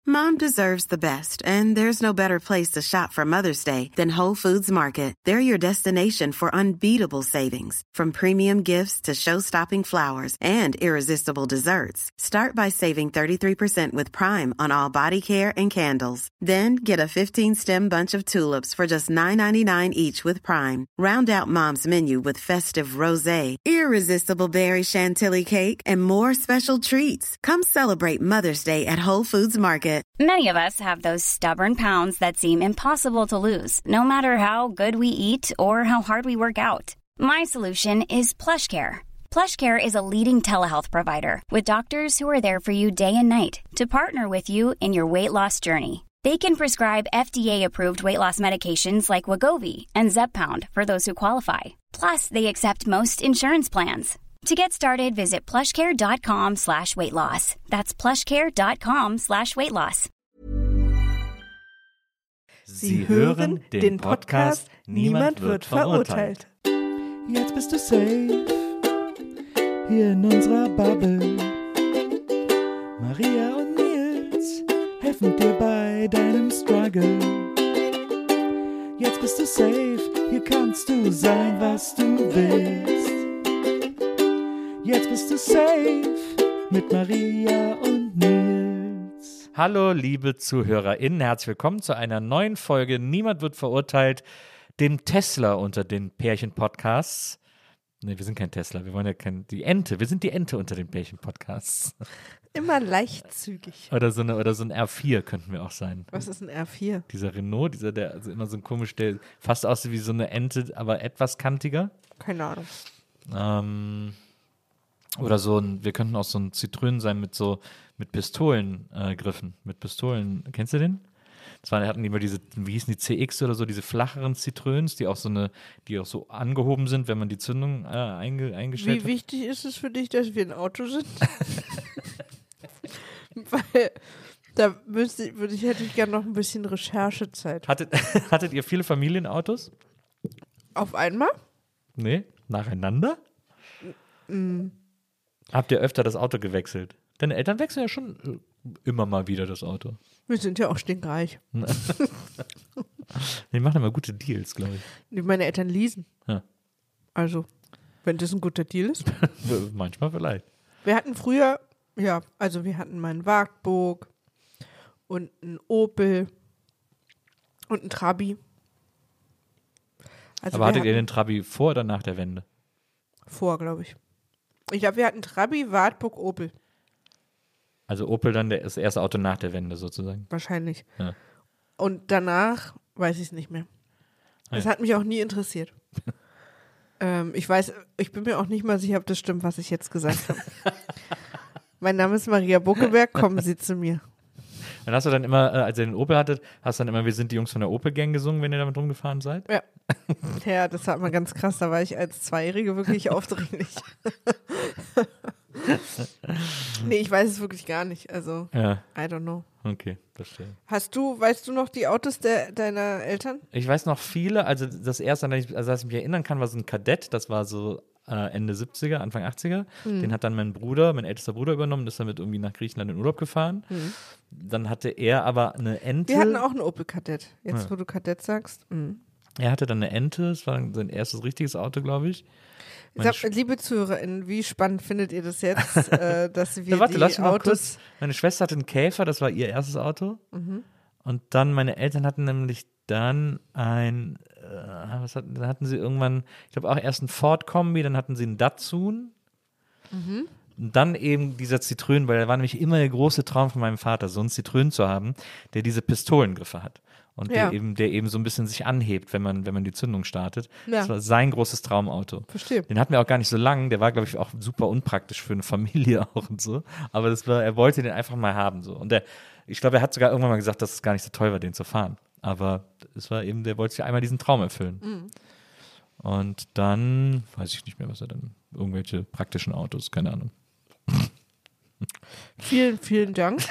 Mom deserves the best, and there's no better place to shop for Mother's Day than Whole Foods Market. They're your destination for unbeatable savings, from premium gifts to show-stopping flowers and irresistible desserts. Start by saving 33% with Prime on all body care and candles. Then get a 15-stem bunch of tulips for just $9.99 each with Prime. Round out Mom's menu with festive rosé, irresistible berry chantilly cake, and more special treats. Come celebrate Mother's Day at Whole Foods Market. Many of us have those stubborn pounds that seem impossible to lose, no matter how good we eat or how hard we work out. My solution is PlushCare. PlushCare is a leading telehealth provider with doctors who are there for you day and night to partner with you in your weight loss journey. They can prescribe FDA-approved weight loss medications like Wegovy and Zepbound for those who qualify. Plus, they accept most insurance plans. To get started, visit plushcare.com/weightloss. That's plushcare.com/weightloss. Sie hören den Podcast Niemand wird verurteilt. Jetzt bist du safe, hier in unserer Bubble. Maria und Nils helfen dir bei deinem Struggle. Jetzt bist du safe, hier kannst du sein, was du willst. Jetzt bist du safe mit Maria und Nils. Hallo, liebe ZuhörerInnen, herzlich willkommen zu einer neuen Folge Niemand wird verurteilt, dem Tesla unter den Pärchen-Podcasts. Ne, wir sind kein Tesla, wir wollen ja die Ente, wir sind die Ente unter den Pärchen-Podcasts. Immer leichtzügig. Oder so ein R4 könnten wir auch sein. Was ist ein R4? Dieser Renault, der also immer so ein komisch, der fast aussieht wie so eine Ente, aber etwas kantiger. Keine Ahnung. Oder wir könnten auch so ein Citroën sein mit Pistolengriffen, mit Pistolen. Kennst du den? Hatten die immer diese, wie hießen die, CX oder so, diese flacheren Citroëns, die auch so angehoben sind, wenn man die Zündung eingestellt hat. Wie wichtig ist es für dich, dass wir ein Auto sind? Weil da hätte ich gerne noch ein bisschen Recherchezeit. Hattet ihr viele Familienautos? Auf einmal? Nee, nacheinander? Habt ihr öfter das Auto gewechselt? Deine Eltern wechseln ja schon immer mal wieder das Auto. Wir sind ja auch stinkreich. Die machen immer gute Deals, glaube ich. Meine Eltern leasen. Ja. Also, wenn das ein guter Deal ist. Manchmal vielleicht. Wir hatten früher, wir hatten mal einen Wartburg und einen Opel und einen Trabi. Also aber hattet ihr den Trabi vor oder nach der Wende? Vor, glaube ich. Ich glaube, wir hatten Trabi, Wartburg, Opel. Also Opel dann das erste Auto nach der Wende sozusagen? Wahrscheinlich. Ja. Und danach weiß ich es nicht mehr. Das hat mich auch nie interessiert. Ich bin mir auch nicht mal sicher, ob das stimmt, was ich jetzt gesagt habe. Mein Name ist Maria Buckeberg, kommen Sie zu mir. Dann hast du dann immer, als ihr den Opel hattet, hast du dann immer, wir sind die Jungs von der Opel-Gang gesungen, wenn ihr damit rumgefahren seid? Ja. Ja, das war mal ganz krass, da war ich als Zweijährige wirklich aufdringlich. Nee, ich weiß es wirklich gar nicht, also ja. I don't know. Okay, verstehe. Weißt du noch die Autos deiner Eltern? Ich weiß noch viele, also das erste, an das ich mich erinnern kann, war so ein Kadett, das war so Ende 70er, Anfang 80er. Den hat dann mein ältester Bruder übernommen, ist damit irgendwie nach Griechenland in Urlaub gefahren. Dann hatte er aber eine Ente. Wir hatten auch einen Opel Kadett, jetzt wo du Kadett sagst. Er hatte dann eine Ente, das war sein erstes richtiges Auto, glaube ich. Liebe ZuhörerInnen, wie spannend findet ihr das jetzt, dass wir lass die mal Autos... Kurz. Meine Schwester hatte einen Käfer, das war ihr erstes Auto. Und dann, meine Eltern hatten nämlich dann dann hatten sie irgendwann, ich glaube auch erst einen Ford-Kombi, dann hatten sie einen Datsun. Und dann eben dieser Citroën, weil der war nämlich immer der große Traum von meinem Vater, so einen Citroën zu haben, der diese Pistolengriffe hat. Und der eben so ein bisschen sich anhebt, wenn man die Zündung startet. Ja. Das war sein großes Traumauto. Verstehe. Den hatten wir auch gar nicht so lang. Der war, glaube ich, auch super unpraktisch für eine Familie auch und so. Aber er wollte den einfach mal haben. So. Und ich glaube, er hat sogar irgendwann mal gesagt, dass es gar nicht so toll war, den zu fahren. Aber es war eben, der wollte sich einmal diesen Traum erfüllen. Und dann weiß ich nicht mehr, was er dann, irgendwelche praktischen Autos, keine Ahnung. Vielen, vielen Dank.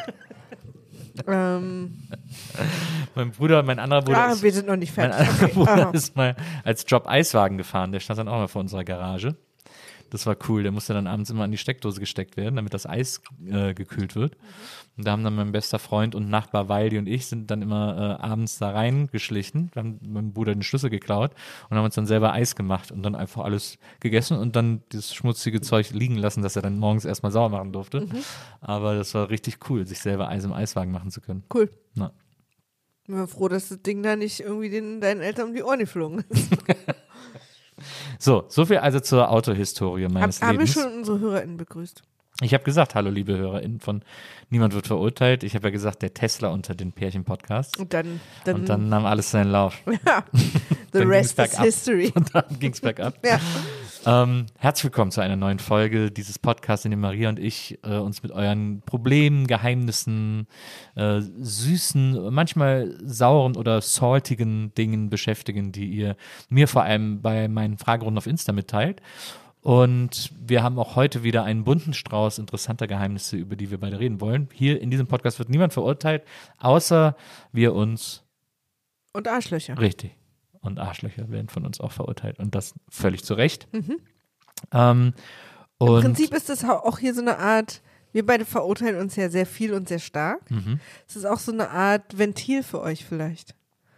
Mein anderer Bruder wir sind noch nicht fertig. Mein anderer Bruder ist mal als Job Eiswagen gefahren. Der stand dann auch mal vor unserer Garage. Das war cool. Der musste dann abends immer an die Steckdose gesteckt werden, damit das Eis gekühlt wird. Und da haben dann mein bester Freund und Nachbar Waldi und ich sind dann immer abends da reingeschlichen. Wir haben meinem Bruder den Schlüssel geklaut und haben uns dann selber Eis gemacht und dann einfach alles gegessen und dann das schmutzige Zeug liegen lassen, dass er dann morgens erstmal sauer machen durfte. Aber das war richtig cool, sich selber Eis im Eiswagen machen zu können. Cool. Na. Ich bin froh, dass das Ding da nicht irgendwie deinen Eltern um die Ohren geflogen ist. So viel also zur Autohistorie meines Haben wir Lebens. schon unsere HörerInnen begrüßt? Ich habe gesagt, hallo liebe HörerInnen von Niemand wird verurteilt. Ich habe ja gesagt, der Tesla unter den Pärchen-Podcasts. Und dann nahm alles seinen Lauf. ja, the Dann rest ging's is history. Und dann ging es bergab. Ja. Herzlich willkommen zu einer neuen Folge dieses Podcasts, in dem Maria und ich uns mit euren Problemen, Geheimnissen, süßen, manchmal sauren oder saltigen Dingen beschäftigen, die ihr mir vor allem bei meinen Fragerunden auf Insta mitteilt. Und wir haben auch heute wieder einen bunten Strauß interessanter Geheimnisse, über die wir beide reden wollen. Hier in diesem Podcast wird niemand verurteilt, außer wir uns. Und Arschlöcher. Richtig. Und Arschlöcher werden von uns auch verurteilt. Und das völlig zu Recht. Im Prinzip ist das auch hier so eine Art, wir beide verurteilen uns ja sehr viel und sehr stark. Es ist auch so eine Art Ventil für euch vielleicht.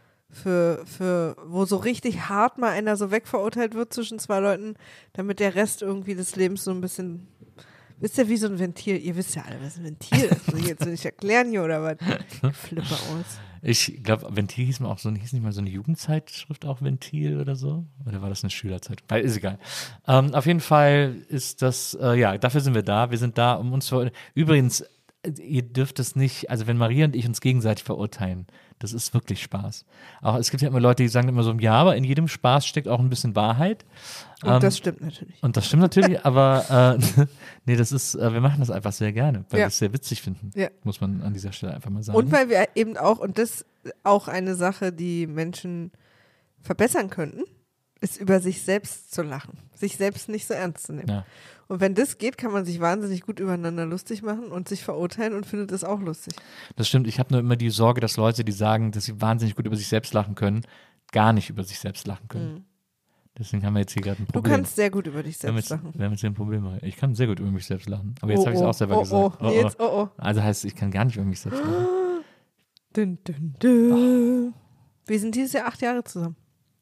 Für wo so richtig hart mal einer so wegverurteilt wird zwischen zwei Leuten, damit der Rest irgendwie des Lebens so ein bisschen, wisst ihr, wie so ein Ventil, ihr wisst ja alle, was ein Ventil ist, muss ich jetzt nicht erklären hier oder was? Ich flippe aus. Ich glaube, Ventil hieß nicht mal so eine Jugendzeitschrift auch Ventil oder so? Oder war das eine Schülerzeit? Ist egal. Auf jeden Fall ist das, dafür sind wir da. Wir sind da, um uns zu übrigens, ihr dürft es nicht, also wenn Maria und ich uns gegenseitig verurteilen, das ist wirklich Spaß. Auch es gibt ja immer Leute, die sagen immer so, ja, aber in jedem Spaß steckt auch ein bisschen Wahrheit. Und das stimmt natürlich. Und das stimmt natürlich, aber nee, das ist, wir machen das einfach sehr gerne, weil wir es sehr witzig finden, muss man an dieser Stelle einfach mal sagen. Und weil wir eben auch, und das auch eine Sache, die Menschen verbessern könnten, ist über sich selbst zu lachen, sich selbst nicht so ernst zu nehmen. Ja. Und wenn das geht, kann man sich wahnsinnig gut übereinander lustig machen und sich verurteilen und findet das auch lustig. Das stimmt, ich habe nur immer die Sorge, dass Leute, die sagen, dass sie wahnsinnig gut über sich selbst lachen können, gar nicht über sich selbst lachen können. Deswegen haben wir jetzt hier gerade ein Problem. Du kannst sehr gut über dich selbst lachen. Wir haben jetzt hier ein Problem. Ich kann sehr gut über mich selbst lachen. Aber jetzt habe ich es auch selber gesagt. Nils, Also heißt es, ich kann gar nicht über mich selbst lachen. Dün, dün, dün. Wir sind dieses Jahr 8 Jahre zusammen.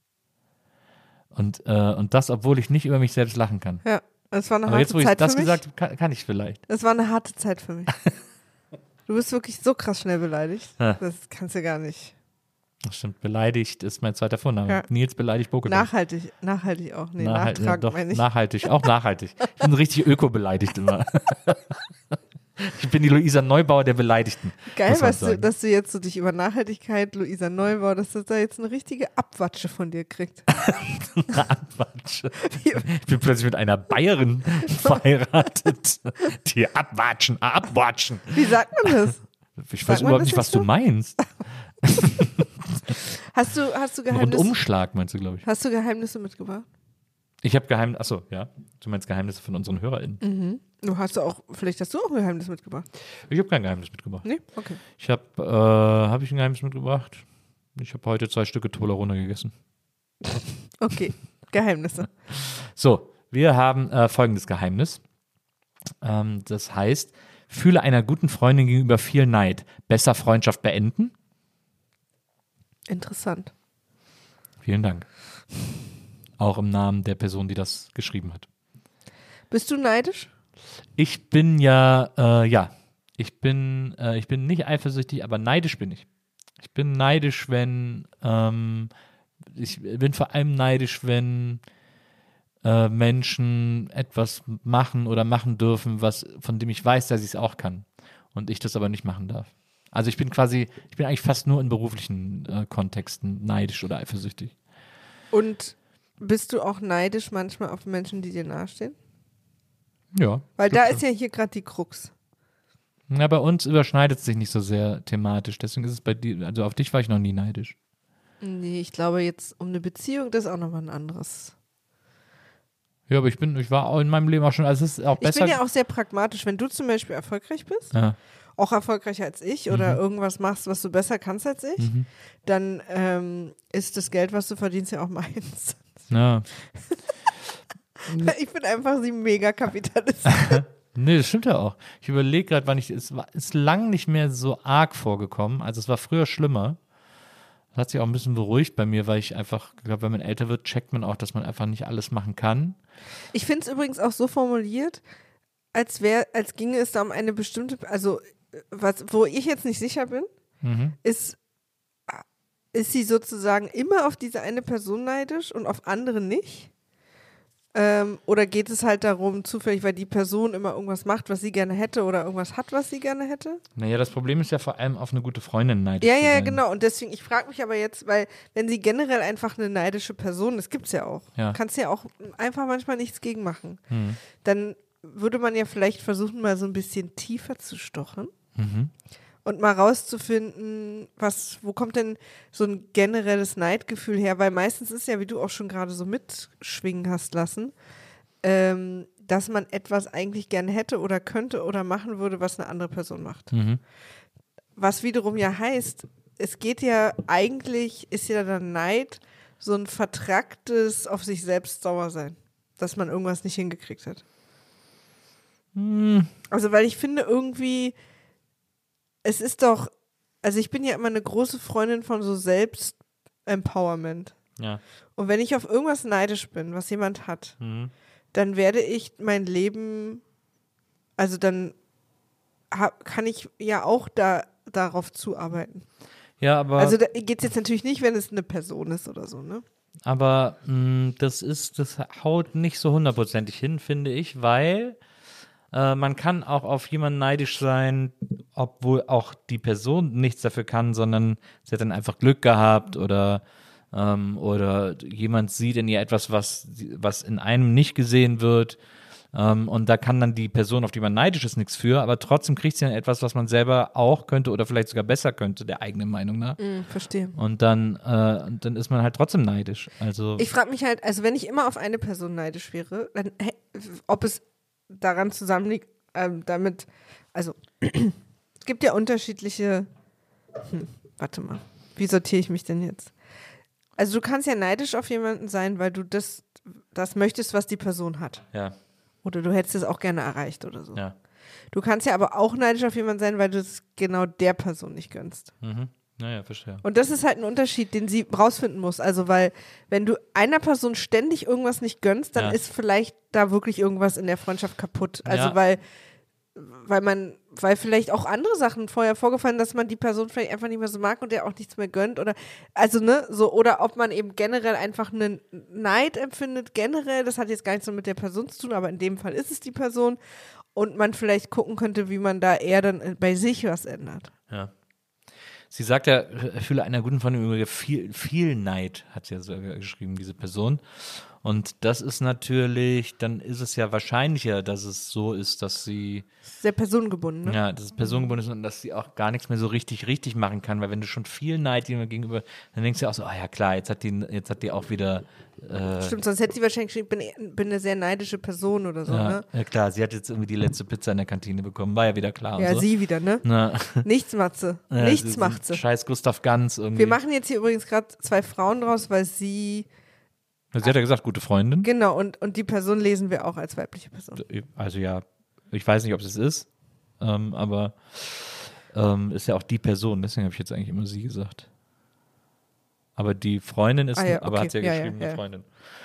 Und das, obwohl ich nicht über mich selbst lachen kann. Ja, es war eine Aber harte jetzt, wo ich Zeit das für mich. gesagt habe, kann ich vielleicht. Es war eine harte Zeit für mich. Du bist wirklich so krass schnell beleidigt. Ja. Das kannst du gar nicht. Das stimmt, beleidigt ist mein zweiter Vorname. Ja. Nils beleidigt Bokeberg. Nachhaltig auch. Nee, nachtragend meine ich. Nachhaltig, auch nachhaltig. Ich bin richtig öko-beleidigt immer. Ich bin die Luisa Neubauer der Beleidigten. Geil, dass du jetzt so dich über Nachhaltigkeit, Luisa Neubauer, dass das da jetzt eine richtige Abwatsche von dir kriegt. Eine Abwatsche. Ich bin plötzlich mit einer Bayerin verheiratet. Die abwatschen. Wie sagt man das? Ich weiß überhaupt nicht, was du meinst. Hast du Geheimnisse? Rundumschlag meinst du, glaube ich. Hast du Geheimnisse mitgebracht? Ich habe Geheimnisse, achso, ja. Du meinst Geheimnisse von unseren HörerInnen. Vielleicht hast du auch ein Geheimnis mitgebracht. Ich habe kein Geheimnis mitgebracht. Nee? Okay. Ich habe ich ein Geheimnis mitgebracht? Ich habe heute 2 Stücke Toblerone gegessen. Okay, Geheimnisse. So, wir haben folgendes Geheimnis. Das heißt, fühle einer guten Freundin gegenüber viel Neid. Besser Freundschaft beenden? Interessant. Vielen Dank. Auch im Namen der Person, die das geschrieben hat. Bist du neidisch? Ich bin ich bin nicht eifersüchtig, aber neidisch bin ich. Ich bin neidisch, ich bin vor allem neidisch, wenn Menschen etwas machen oder machen dürfen, von dem ich weiß, dass ich es auch kann und ich das aber nicht machen darf. Also ich bin eigentlich fast nur in beruflichen Kontexten neidisch oder eifersüchtig. Und bist du auch neidisch manchmal auf Menschen, die dir nahestehen? Ja. Weil da ist ja hier gerade die Krux. Ja, bei uns überschneidet es sich nicht so sehr thematisch. Deswegen ist es bei dir, also auf dich war ich noch nie neidisch. Nee, ich glaube jetzt um eine Beziehung, das ist auch nochmal ein anderes. Ja, aber ich war auch in meinem Leben auch schon, also es ist auch besser. Ich bin ja auch sehr pragmatisch. Wenn du zum Beispiel erfolgreich bist, auch erfolgreicher als ich oder irgendwas machst, was du besser kannst als ich, dann ist das Geld, was du verdienst, ja auch meins. Ja. Ich bin einfach sie mega Kapitalist. Nee, das stimmt ja auch. Ich überlege gerade, wann ist lang nicht mehr so arg vorgekommen. Also es war früher schlimmer. Das hat sich auch ein bisschen beruhigt bei mir, weil ich einfach, glaube, wenn man älter wird, checkt man auch, dass man einfach nicht alles machen kann. Ich finde es übrigens auch so formuliert, als ginge es da um eine bestimmte, also wo ich jetzt nicht sicher bin, ist sie sozusagen immer auf diese eine Person neidisch und auf andere nicht? Oder geht es halt darum, zufällig, weil die Person immer irgendwas macht, was sie gerne hätte oder irgendwas hat, was sie gerne hätte? Naja, das Problem ist ja vor allem auf eine gute Freundin neidisch zu sein. Ja, genau. Und deswegen, ich frage mich aber jetzt, weil wenn sie generell einfach eine neidische Person, das gibt's ja auch, kannst ja auch einfach manchmal nichts gegen machen, dann würde man ja vielleicht versuchen, mal so ein bisschen tiefer zu stochen. Und mal rauszufinden, wo kommt denn so ein generelles Neidgefühl her? Weil meistens ist ja, wie du auch schon gerade so mitschwingen hast lassen, dass man etwas eigentlich gerne hätte oder könnte oder machen würde, was eine andere Person macht. Was wiederum ja heißt, es geht ja eigentlich, ist ja der Neid so ein vertracktes auf sich selbst sauer sein, dass man irgendwas nicht hingekriegt hat. Also weil ich finde irgendwie, es ist doch, also ich bin ja immer eine große Freundin von so Selbst-Empowerment. Ja. Und wenn ich auf irgendwas neidisch bin, was jemand hat, dann werde ich mein Leben, also dann kann ich ja auch darauf zuarbeiten. Ja, aber. Also da geht es jetzt natürlich nicht, wenn es eine Person ist oder so, ne? Aber das haut nicht so hundertprozentig hin, finde ich, weil man kann auch auf jemanden neidisch sein, obwohl auch die Person nichts dafür kann, sondern sie hat dann einfach Glück gehabt oder jemand sieht in ihr etwas, was in einem nicht gesehen wird. Und da kann dann die Person, auf die man neidisch ist, nichts für, aber trotzdem kriegt sie dann etwas, was man selber auch könnte oder vielleicht sogar besser könnte, der eigenen Meinung nach. Verstehe. Und dann ist man halt trotzdem neidisch. Also ich frage mich halt, also wenn ich immer auf eine Person neidisch wäre, dann ob es daran zusammenliegt, damit, also es gibt ja unterschiedliche, warte mal, wie sortiere ich mich denn jetzt? Also du kannst ja neidisch auf jemanden sein, weil du das möchtest, was die Person hat. Ja. Oder du hättest es auch gerne erreicht oder so. Ja. Du kannst ja aber auch neidisch auf jemanden sein, weil du es genau der Person nicht gönnst. Naja, verstehe. Und das ist halt ein Unterschied, den sie rausfinden muss. Also, weil, wenn du einer Person ständig irgendwas nicht gönnst, dann ist vielleicht da wirklich irgendwas in der Freundschaft kaputt. Also, weil vielleicht auch andere Sachen vorher vorgefallen, dass man die Person vielleicht einfach nicht mehr so mag und der auch nichts mehr gönnt oder, also, ne, so, oder ob man eben generell einfach einen Neid empfindet, generell, das hat jetzt gar nichts so mit der Person zu tun, aber in dem Fall ist es die Person und man vielleicht gucken könnte, wie man da eher dann bei sich was ändert. Ja. Sie sagt ja, fühle einer guten Freundin viel Neid, hat sie ja so geschrieben, diese Person. Und das ist natürlich, dann ist es ja wahrscheinlicher, dass es so ist, dass sie sehr personengebunden, ne? Ja, dass es personengebunden ist und dass sie auch gar nichts mehr so richtig machen kann, weil wenn du schon viel Neid gegenüber, dann denkst du ja auch so, ja klar, jetzt hat die auch wieder Stimmt, sonst hätte sie wahrscheinlich geschrieben, bin eine sehr neidische Person oder so, ne? Ja klar, sie hat jetzt irgendwie die letzte Pizza in der Kantine bekommen, war ja wieder klar. Ja, und so. Sie wieder, ne? Nichts macht sie. Nichts macht sie. Scheiß Gustav Ganz irgendwie. Wir machen jetzt hier übrigens gerade 2 Frauen draus, weil sie hat ja gesagt, gute Freundin. Genau, und die Person lesen wir auch als weibliche Person. Also ja, ich weiß nicht, ob es ist, aber ist ja auch die Person, deswegen habe ich jetzt eigentlich immer sie gesagt. Aber die Freundin ist, aber hat sie ja geschrieben, eine Freundin.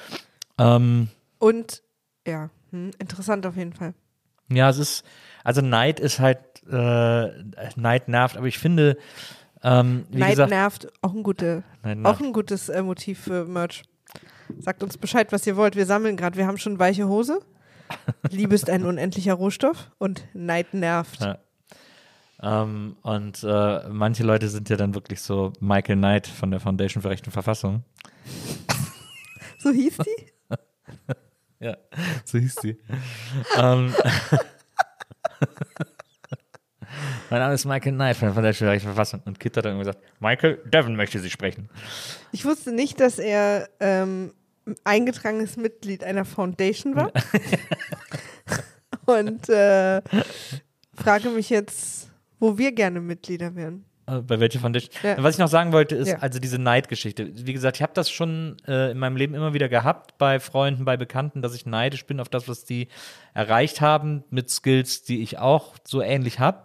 Und, ja, interessant auf jeden Fall. Ja, also Neid ist halt, Neid nervt, aber ich finde, Neid nervt, auch ein gutes Motiv für Merch. Sagt uns Bescheid, was ihr wollt. Wir sammeln gerade. Wir haben schon weiche Hose. Liebe ist ein unendlicher Rohstoff und Neid nervt. Ja. Und manche Leute sind ja dann wirklich so Michael Knight von der Foundation für Recht und Verfassung. So hieß die? Ja, so hieß die. Mein Name ist Michael Knight von der Foundation für Recht und Verfassung. Und Kit hat dann gesagt, Michael, Devin möchte Sie sprechen. Ich wusste nicht, dass er eingetragenes Mitglied einer Foundation war. Und frage mich jetzt, wo wir gerne Mitglieder wären. Bei welcher Foundation? Ja. Was ich noch sagen wollte, ist also diese Neidgeschichte. Wie gesagt, ich habe das schon in meinem Leben immer wieder gehabt, bei Freunden, bei Bekannten, dass ich neidisch bin auf das, was die erreicht haben, mit Skills, die ich auch so ähnlich habe.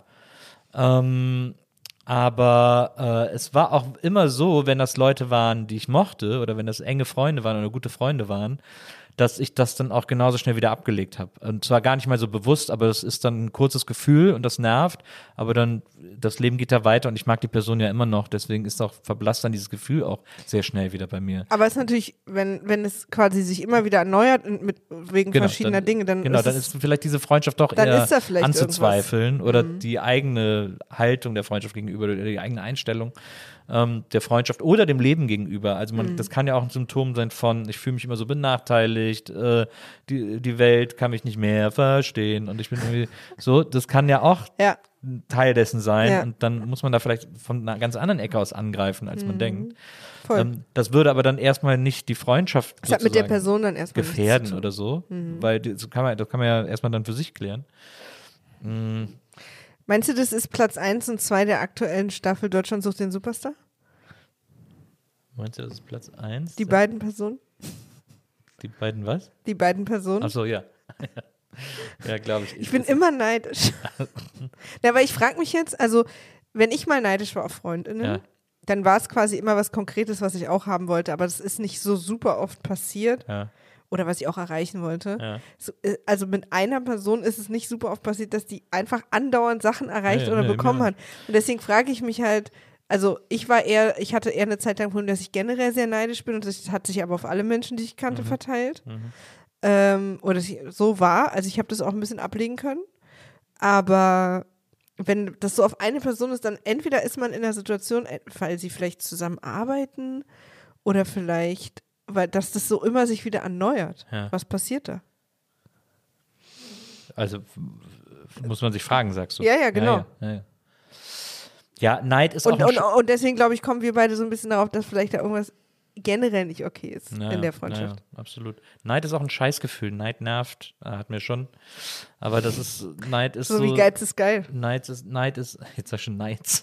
Aber es war auch immer so, wenn das Leute waren, die ich mochte, oder wenn das enge Freunde waren oder gute Freunde waren, dass ich das dann auch genauso schnell wieder abgelegt habe. Und zwar gar nicht mal so bewusst, aber es ist dann ein kurzes Gefühl und das nervt, aber dann, das Leben geht da weiter und ich mag die Person ja immer noch, deswegen ist auch, verblasst dann dieses Gefühl auch sehr schnell wieder bei mir. Aber es ist natürlich, wenn es quasi sich immer wieder erneuert wegen verschiedener Dinge, dann ist vielleicht diese Freundschaft doch eher anzuzweifeln oder die eigene Haltung der Freundschaft gegenüber oder die eigene Einstellung der Freundschaft oder dem Leben gegenüber. Also das kann ja auch ein Symptom sein von, ich fühle mich immer so benachteiligt, die Welt kann mich nicht mehr verstehen und ich bin irgendwie so, das kann ja auch ein Teil dessen sein und dann muss man da vielleicht von einer ganz anderen Ecke aus angreifen, als man denkt. Das würde aber dann erstmal nicht die Freundschaft das hat mit der Person dann erstmal gefährden oder so, weil das kann man ja erstmal dann für sich klären. Meinst du, das ist Platz 1 und 2 der aktuellen Staffel Deutschland sucht den Superstar? Meinst du, das ist Platz 1? Die beiden Personen? Die beiden was? Die beiden Personen. Ach so, ja. Ja, glaube ich. Ich bin immer neidisch. Ja, aber ich frage mich jetzt, also wenn ich mal neidisch war auf Freundinnen, dann war es quasi immer was Konkretes, was ich auch haben wollte, aber das ist nicht so super oft passiert. Ja. Oder was ich auch erreichen wollte. Ja. So, also mit einer Person ist es nicht super oft passiert, dass die einfach andauernd Sachen erreicht oder bekommen hat. Und deswegen frage ich mich halt, also ich hatte eher eine Zeit lang, dass ich generell sehr neidisch bin und das hat sich aber auf alle Menschen, die ich kannte, verteilt. Oder dass ich so war. Also ich habe das auch ein bisschen ablegen können. Aber wenn das so auf eine Person ist, dann entweder ist man in der Situation, weil sie vielleicht zusammenarbeiten oder vielleicht weil das so immer sich wieder erneuert. Ja. Was passiert da? Also muss man sich fragen, sagst du? Ja, genau. Ja, Neid ist auch und deswegen, glaube ich, kommen wir beide so ein bisschen darauf, dass vielleicht da irgendwas generell nicht okay ist in der Freundschaft. Ja, absolut. Neid ist auch ein Scheißgefühl. Neid nervt, hat mir schon. Aber Neid ist so. So wie Geiz ist geil. Neid ist, jetzt sag ich schon Neids.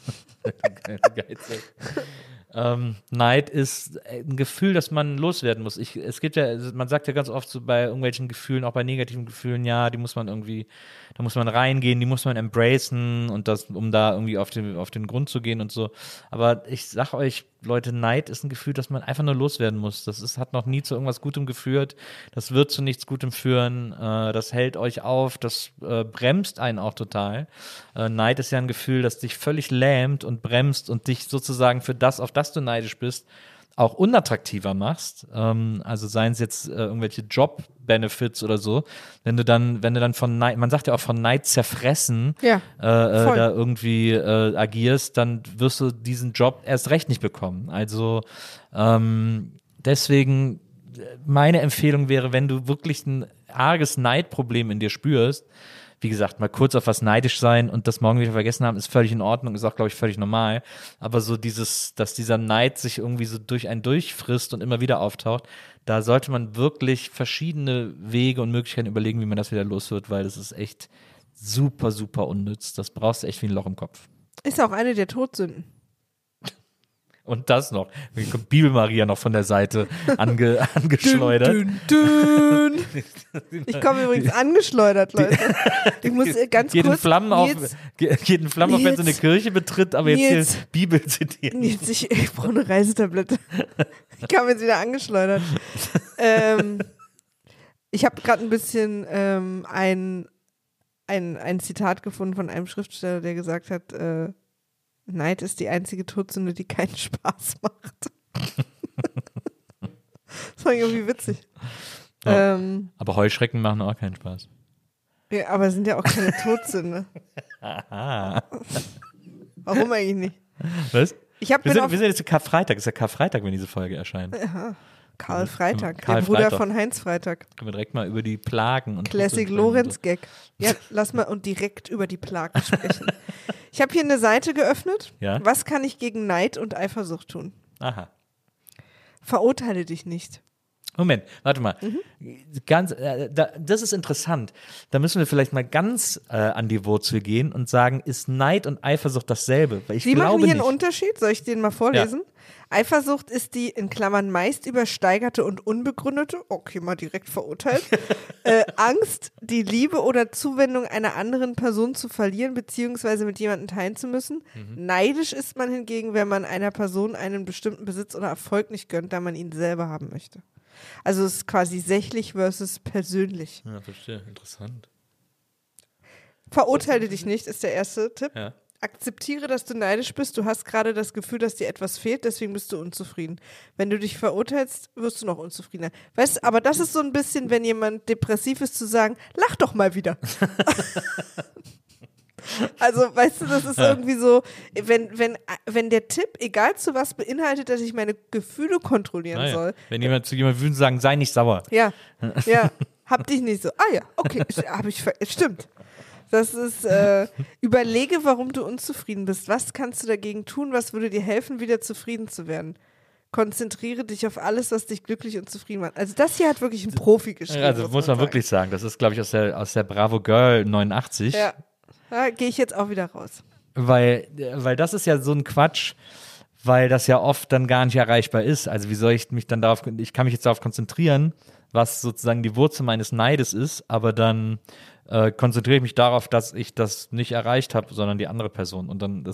Neid ist ein Gefühl, das man loswerden muss. Man sagt ja ganz oft so bei irgendwelchen Gefühlen, auch bei negativen Gefühlen, ja, da muss man reingehen, die muss man embracen und um da irgendwie auf den Grund zu gehen und so. Aber ich sag euch, Leute, Neid ist ein Gefühl, das man einfach nur loswerden muss. Hat noch nie zu irgendwas Gutem geführt. Das wird zu nichts Gutem führen. Das hält euch auf. Das bremst einen auch total. Neid ist ja ein Gefühl, das dich völlig lähmt und bremst und dich sozusagen für das, auf das du neidisch bist, auch unattraktiver machst. Also seien es jetzt irgendwelche Job-Benefits oder so. Wenn du dann von Neid, man sagt ja auch von Neid zerfressen, da irgendwie agierst, dann wirst du diesen Job erst recht nicht bekommen. Also deswegen meine Empfehlung wäre, wenn du wirklich ein arges Neidproblem in dir spürst, wie gesagt, mal kurz auf was neidisch sein und das morgen wieder vergessen haben, ist völlig in Ordnung, ist auch, glaube ich, völlig normal. Aber so dass dieser Neid sich irgendwie so durch einen durchfrisst und immer wieder auftaucht, da sollte man wirklich verschiedene Wege und Möglichkeiten überlegen, wie man das wieder los wird, weil das ist echt super, super unnütz. Das brauchst du echt wie ein Loch im Kopf. Ist auch eine der Todsünden. Und das noch. Wie kommt Bibel-Maria noch von der Seite angeschleudert. Dün, dün, dün. Ich komme übrigens angeschleudert, Leute. Ich muss ganz jeden kurz... Flammen auf, wenn sie eine Kirche betritt, aber jetzt hier Bibel zitieren. Ich brauche eine Reisetablette. Ich kam jetzt wieder angeschleudert. Ich habe gerade ein bisschen ein Zitat gefunden von einem Schriftsteller, der gesagt hat, Neid ist die einzige Todsünde, die keinen Spaß macht. Das fand ich irgendwie witzig. Ja, aber Heuschrecken machen auch keinen Spaß. Ja, aber sind ja auch keine Todsünde. Warum eigentlich nicht? Was? Wir sind jetzt Karfreitag. Ist ja Karfreitag, wenn diese Folge erscheint. Ja. Karl Freitag, der Bruder von Heinz Freitag. Können wir direkt mal über die Plagen und Classic Lorenz-Gag. Ja, lass mal und direkt über die Plagen sprechen. Ich habe hier eine Seite geöffnet. Ja? Was kann ich gegen Neid und Eifersucht tun? Aha. Verurteile dich nicht. Moment, warte mal. Das ist interessant. Da müssen wir vielleicht mal ganz an die Wurzel gehen und sagen, ist Neid und Eifersucht dasselbe? Weil ich Sie glaube machen hier nicht. einen Unterschied. Soll ich den mal vorlesen? Ja. Eifersucht ist die, in Klammern, meist übersteigerte und unbegründete, okay, mal direkt verurteilt, Angst, die Liebe oder Zuwendung einer anderen Person zu verlieren bzw. mit jemandem teilen zu müssen. Neidisch ist man hingegen, wenn man einer Person einen bestimmten Besitz oder Erfolg nicht gönnt, da man ihn selber haben möchte. Also es ist quasi sächlich versus persönlich. Ja, verstehe. Interessant. Verurteile dich nicht, ist der erste Tipp. Ja. Akzeptiere, dass du neidisch bist. Du hast gerade das Gefühl, dass dir etwas fehlt, deswegen bist du unzufrieden. Wenn du dich verurteilst, wirst du noch unzufriedener. Weißt du, aber das ist so ein bisschen, wenn jemand depressiv ist, zu sagen, lach doch mal wieder. Also, weißt du, das ist irgendwie so, wenn der Tipp, egal zu was beinhaltet, dass ich meine Gefühle kontrollieren soll. Wenn jemand zu jemandem würde sagen, sei nicht sauer. Ja, hab dich nicht so. Ah ja, okay, stimmt. Das ist, überlege, warum du unzufrieden bist. Was kannst du dagegen tun? Was würde dir helfen, wieder zufrieden zu werden? Konzentriere dich auf alles, was dich glücklich und zufrieden macht. Also das hier hat wirklich ein Profi geschrieben. Also muss man wirklich sagen, das ist, glaube ich, aus der Bravo Girl 89. Ja, da gehe ich jetzt auch wieder raus. Weil das ist ja so ein Quatsch, weil das ja oft dann gar nicht erreichbar ist. Also wie soll ich mich dann ich kann mich jetzt darauf konzentrieren, was sozusagen die Wurzel meines Neides ist, aber dann konzentriere ich mich darauf, dass ich das nicht erreicht habe, sondern die andere Person. Und dann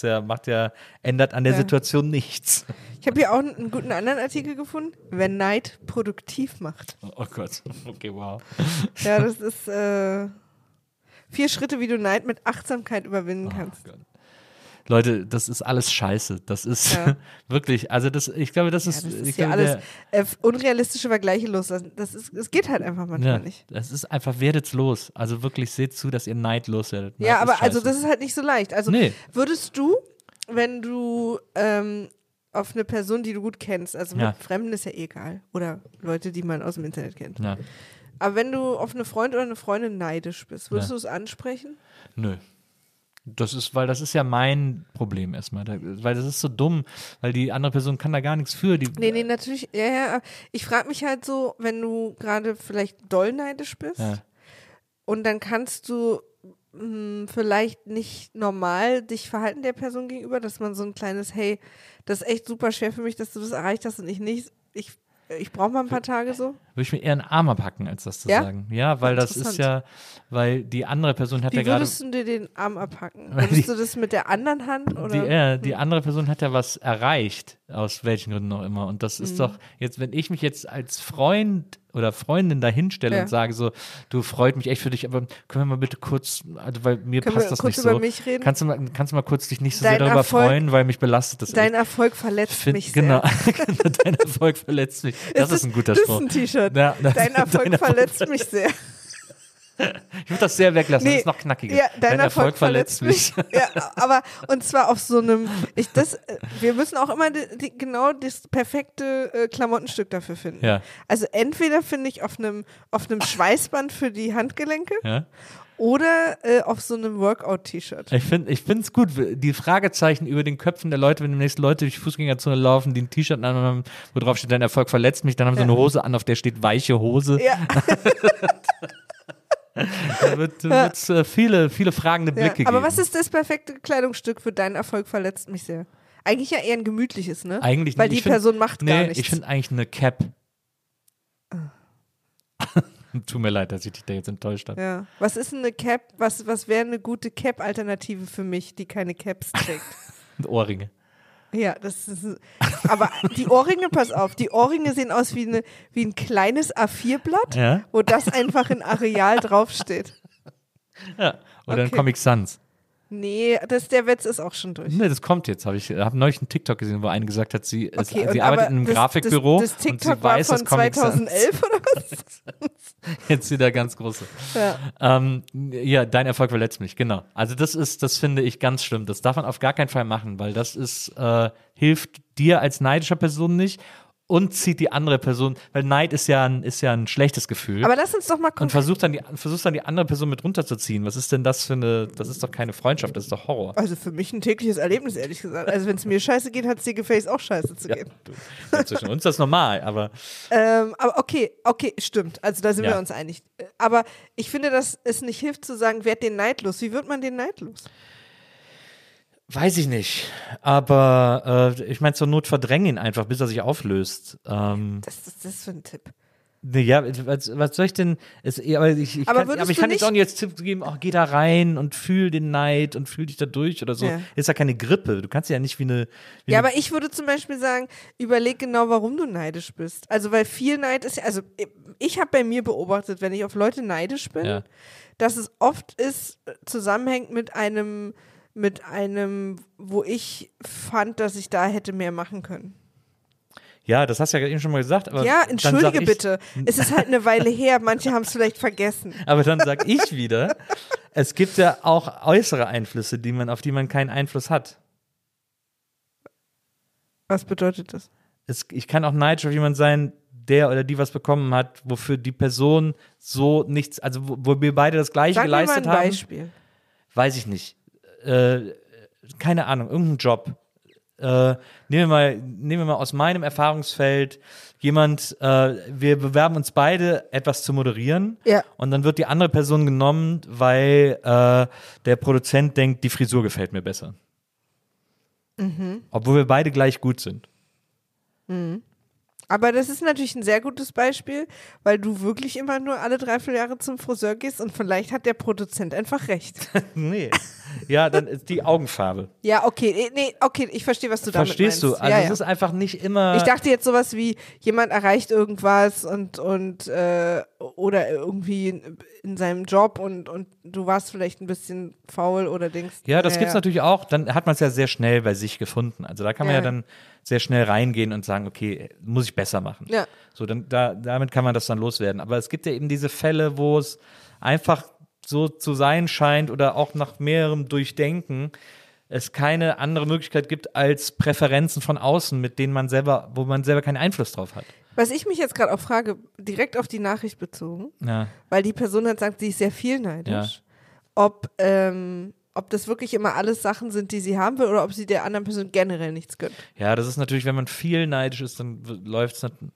ändert an der Situation nichts. Ich habe hier auch einen guten anderen Artikel gefunden, wenn Neid produktiv macht. Oh Gott, okay, wow. Ja, das ist 4 Schritte, wie du Neid mit Achtsamkeit überwinden kannst. Gott. Leute, das ist alles scheiße. Das ist wirklich, also ich glaube, das ist hier alles unrealistische Vergleiche loslassen. Es geht halt einfach manchmal nicht. Das ist einfach, werdet's los. Also wirklich, seht zu, dass ihr neidlos werdet. Ja, aber also das ist halt nicht so leicht. Also würdest du, wenn du auf eine Person, die du gut kennst, also mit Fremden ist ja egal, oder Leute, die man aus dem Internet kennt. Ja. Aber wenn du auf eine Freund oder eine Freundin neidisch bist, würdest du es ansprechen? Nö. Das ist ja mein Problem erstmal, weil das ist so dumm, weil die andere Person kann da gar nichts für. Nee, natürlich, ja, ich frage mich halt so, wenn du gerade vielleicht doll neidisch bist und dann kannst du vielleicht nicht normal dich verhalten der Person gegenüber, dass man so ein kleines, hey, das ist echt super schwer für mich, dass du das erreicht hast und ich nicht, ich brauche mal ein paar Tage so. Würde ich mir eher einen Arm abhacken, als das zu sagen. Ja, weil das ist ja, weil die andere Person hat ja gerade... Wie würdest du dir den Arm abhacken? Würdest du das mit der anderen Hand? Oder? Die andere Person hat ja was erreicht, aus welchen Gründen auch immer. Und das ist doch, jetzt, wenn ich mich jetzt als Freund oder Freundin da hinstelle und sage so, du, freut mich echt für dich, aber können wir mal bitte kurz, also weil mir passt das nicht so. Über mich reden? Kannst du mal kurz dich nicht so sehr darüber freuen, weil mich belastet das. Dein Erfolg verletzt mich sehr. Genau, dein Erfolg verletzt mich. Das ist ein guter Spruch. Das ist ein T-Shirt. Ja, dein Erfolg verletzt mich sehr. Ich würde das sehr weglassen, das ist noch knackiger. Ja, dein Erfolg verletzt mich. Ja, aber und zwar auf so einem, wir müssen auch immer genau das perfekte Klamottenstück dafür finden. Ja. Also entweder finde ich auf einem Schweißband für die Handgelenke oder auf so einem Workout-T-Shirt. Ich finde es gut, die Fragezeichen über den Köpfen der Leute, wenn demnächst Leute durch die Fußgängerzone laufen, die ein T-Shirt anhaben, wo drauf steht, dein Erfolg verletzt mich, dann haben sie eine Hose an, auf der steht weiche Hose. Ja. Da wird viele fragende Blicke geben. Aber was ist das perfekte Kleidungsstück für deinen Erfolg verletzt mich sehr? Eigentlich ja eher ein gemütliches, ne? Eigentlich weil die Person macht gar nichts. Ich finde eigentlich eine Cap. Tut mir leid, dass ich dich da jetzt enttäuscht habe. Ja. Was ist eine Cap? Was wäre eine gute Cap-Alternative für mich, die keine Caps trägt? Ohrringe. Ja, das ist. Aber die Ohrringe, pass auf, die Ohrringe sehen aus wie ein kleines A4-Blatt, wo das einfach in Areal draufsteht. Ja, oder ein Comic Sans. Nee, der Witz ist auch schon durch. Nee, das kommt jetzt. Ich habe neulich einen TikTok gesehen, wo eine gesagt hat, sie arbeitet in einem Grafikbüro das TikTok und sie weiß, war von 2011 oder was? Jetzt wieder ganz große. Ja. Dein Erfolg verletzt mich, genau. Also das finde ich ganz schlimm. Das darf man auf gar keinen Fall machen, weil das hilft dir als neidischer Person nicht und zieht die andere Person, weil Neid ist ja ein schlechtes Gefühl. Aber lass uns doch mal und versuchst dann die andere Person mit runterzuziehen. Was ist denn das das ist doch keine Freundschaft, das ist doch Horror. Also für mich ein tägliches Erlebnis, ehrlich gesagt. Also wenn es mir scheiße geht, hat es dir gefälligst auch scheiße zu gehen. Zwischen uns ist das normal, aber aber okay, stimmt. Also da sind wir uns einig. Aber ich finde, dass es nicht hilft zu sagen, werd den Neid los. Wie wird man den Neid los? Weiß ich nicht, aber ich meine, zur Not verdrängen ihn einfach, bis er sich auflöst. Das ist das für ein Tipp? Ja, was soll ich denn? Ich kann jetzt auch nicht als Tipp geben, geh da rein und fühl den Neid und fühl dich da durch oder so. Ja. Ist ja keine Grippe, du kannst ja nicht wie eine... aber ich würde zum Beispiel sagen, überleg genau, warum du neidisch bist. Also weil viel Neid ist ja, also ich habe bei mir beobachtet, wenn ich auf Leute neidisch bin, dass es oft zusammenhängt mit einem, wo ich fand, dass ich da hätte mehr machen können. Ja, das hast du ja eben schon mal gesagt. Aber ja, entschuldige bitte. Es ist halt eine Weile her, manche haben es vielleicht vergessen. Aber dann sag ich wieder, es gibt ja auch äußere Einflüsse, auf die man keinen Einfluss hat. Was bedeutet das? Ich kann auch neidisch auf jemanden sein, der oder die was bekommen hat, wofür die Person so nichts, also wo wir beide das Gleiche geleistet haben. Sag mir mal ein Beispiel. Weiß ich nicht. Keine Ahnung, irgendein Job. Nehmen wir mal aus meinem Erfahrungsfeld jemand, wir bewerben uns beide, etwas zu moderieren und dann wird die andere Person genommen, weil der Produzent denkt, die Frisur gefällt mir besser. Mhm. Obwohl wir beide gleich gut sind. Mhm. Aber das ist natürlich ein sehr gutes Beispiel, weil du wirklich immer nur alle 3-4 Jahre zum Friseur gehst und vielleicht hat der Produzent einfach recht. Nee. Ja, dann ist die Augenfarbe. Ja, okay. Nee, okay, ich verstehe, was du damit meinst. Verstehst du? Also es ist einfach nicht immer... Ich dachte jetzt sowas wie, jemand erreicht irgendwas und oder irgendwie in seinem Job und du warst vielleicht ein bisschen faul oder denkst... Ja, das gibt's natürlich auch. Dann hat man es ja sehr schnell bei sich gefunden. Also da kann man ja dann sehr schnell reingehen und sagen, okay, muss ich besser machen. Ja. So, damit kann man das dann loswerden. Aber es gibt ja eben diese Fälle, wo es einfach so zu sein scheint oder auch nach mehrerem Durchdenken es keine andere Möglichkeit gibt als Präferenzen von außen, wo man selber keinen Einfluss drauf hat. Was ich mich jetzt gerade auch frage, direkt auf die Nachricht bezogen, weil die Person hat gesagt, sie ist sehr viel neidisch, ob das wirklich immer alles Sachen sind, die sie haben will oder ob sie der anderen Person generell nichts gönnt. Ja, das ist natürlich, wenn man viel neidisch ist, dann läuft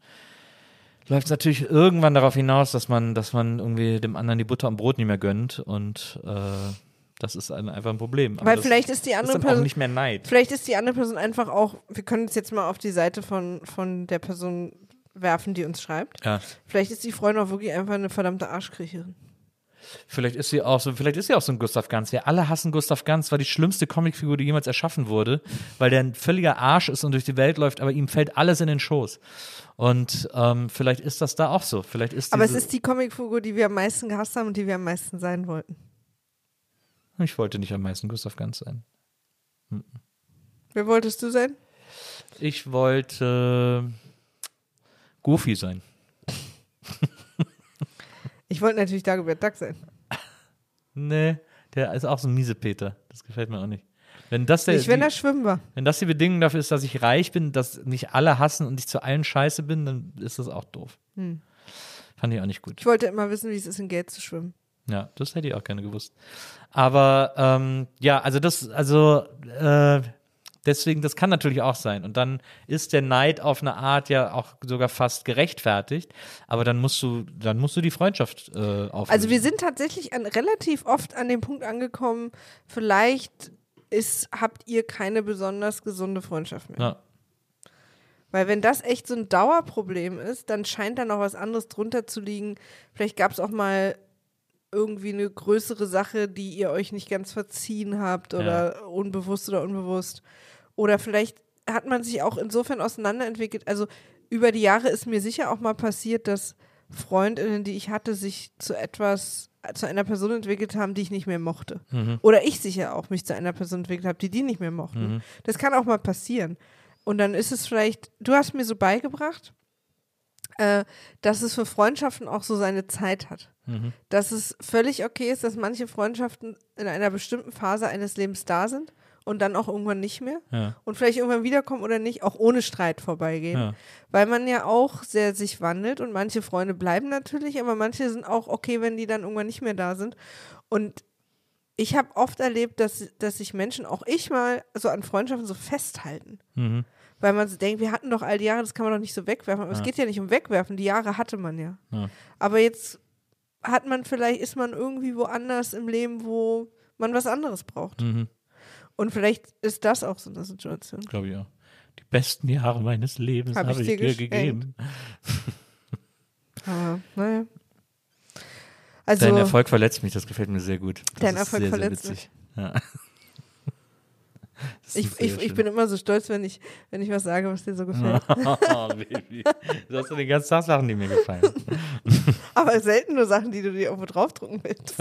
es natürlich irgendwann darauf hinaus, dass man irgendwie dem anderen die Butter am Brot nicht mehr gönnt und das ist einfach ein Problem. Aber weil vielleicht ist die andere Person auch nicht mehr Neid. Vielleicht ist die andere Person einfach auch, wir können es jetzt mal auf die Seite von der Person werfen, die uns schreibt. Ja. Vielleicht ist die Freundin auch wirklich einfach eine verdammte Arschkriecherin. Vielleicht ist sie auch so ein Gustav Ganz. Wir alle hassen Gustav Ganz, war die schlimmste Comicfigur, die jemals erschaffen wurde, weil der ein völliger Arsch ist und durch die Welt läuft, aber ihm fällt alles in den Schoß. Und vielleicht ist das da auch so. Aber es ist die Comicfigur, die wir am meisten gehasst haben und die wir am meisten sein wollten. Ich wollte nicht am meisten Gustav Ganz sein. Wer wolltest du sein? Ich wollte Goofy sein. Ich wollte natürlich Dagobert Duck sein. Nee, der ist auch so ein Miesepeter. Das gefällt mir auch nicht. Wenn er schwimmen war. Wenn das die Bedingung dafür ist, dass ich reich bin, dass nicht alle hassen und ich zu allen scheiße bin, dann ist das auch doof. Fand ich auch nicht gut. Ich wollte immer wissen, wie es ist, in Geld zu schwimmen. Ja, das hätte ich auch gerne gewusst. Aber deswegen, das kann natürlich auch sein. Und dann ist der Neid auf eine Art ja auch sogar fast gerechtfertigt. Aber dann musst du die Freundschaft auflösen. Also wir sind tatsächlich relativ oft an dem Punkt angekommen, vielleicht habt ihr keine besonders gesunde Freundschaft mehr. Ja. Weil wenn das echt so ein Dauerproblem ist, dann scheint da noch was anderes drunter zu liegen. Vielleicht gab es auch mal irgendwie eine größere Sache, die ihr euch nicht ganz verziehen habt oder unbewusst oder unbewusst. Oder vielleicht hat man sich auch insofern auseinanderentwickelt. Also über die Jahre ist mir sicher auch mal passiert, dass Freundinnen, die ich hatte, sich zu einer Person entwickelt haben, die ich nicht mehr mochte. Mhm. Oder ich sicher auch mich zu einer Person entwickelt habe, die nicht mehr mochten. Mhm. Das kann auch mal passieren. Und dann ist es vielleicht, du hast mir so beigebracht, dass es für Freundschaften auch so seine Zeit hat. Mhm. Dass es völlig okay ist, dass manche Freundschaften in einer bestimmten Phase eines Lebens da sind und dann auch irgendwann nicht mehr Ja. und vielleicht irgendwann wiederkommen oder nicht, auch ohne Streit vorbeigehen, Ja. weil man ja auch sehr sich wandelt und manche Freunde bleiben natürlich, aber manche sind auch okay, wenn die dann irgendwann nicht mehr da sind. Und ich habe oft erlebt, dass sich Menschen, auch ich mal, so an Freundschaften so festhalten. Mhm. Weil man so denkt, wir hatten doch all die Jahre, das kann man doch nicht so wegwerfen. Aber es geht ja nicht um wegwerfen, die Jahre hatte man ja. Aber jetzt ist man irgendwie woanders im Leben, wo man was anderes braucht. Mhm. Und vielleicht ist das auch so eine Situation. Glaube ich auch. Die besten Jahre meines Lebens habe ich dir gegeben. Aber, naja. Also, Dein Erfolg verletzt mich, das gefällt mir sehr gut. Das Dein ist Erfolg sehr, verletzt sehr witzig. mich. Ja. Ich bin immer so stolz, wenn ich was sage, was dir so gefällt. Oh, Baby. Du hast doch den ganzen Tag Sachen, die mir gefallen. Aber selten nur Sachen, die du dir irgendwo draufdrucken willst.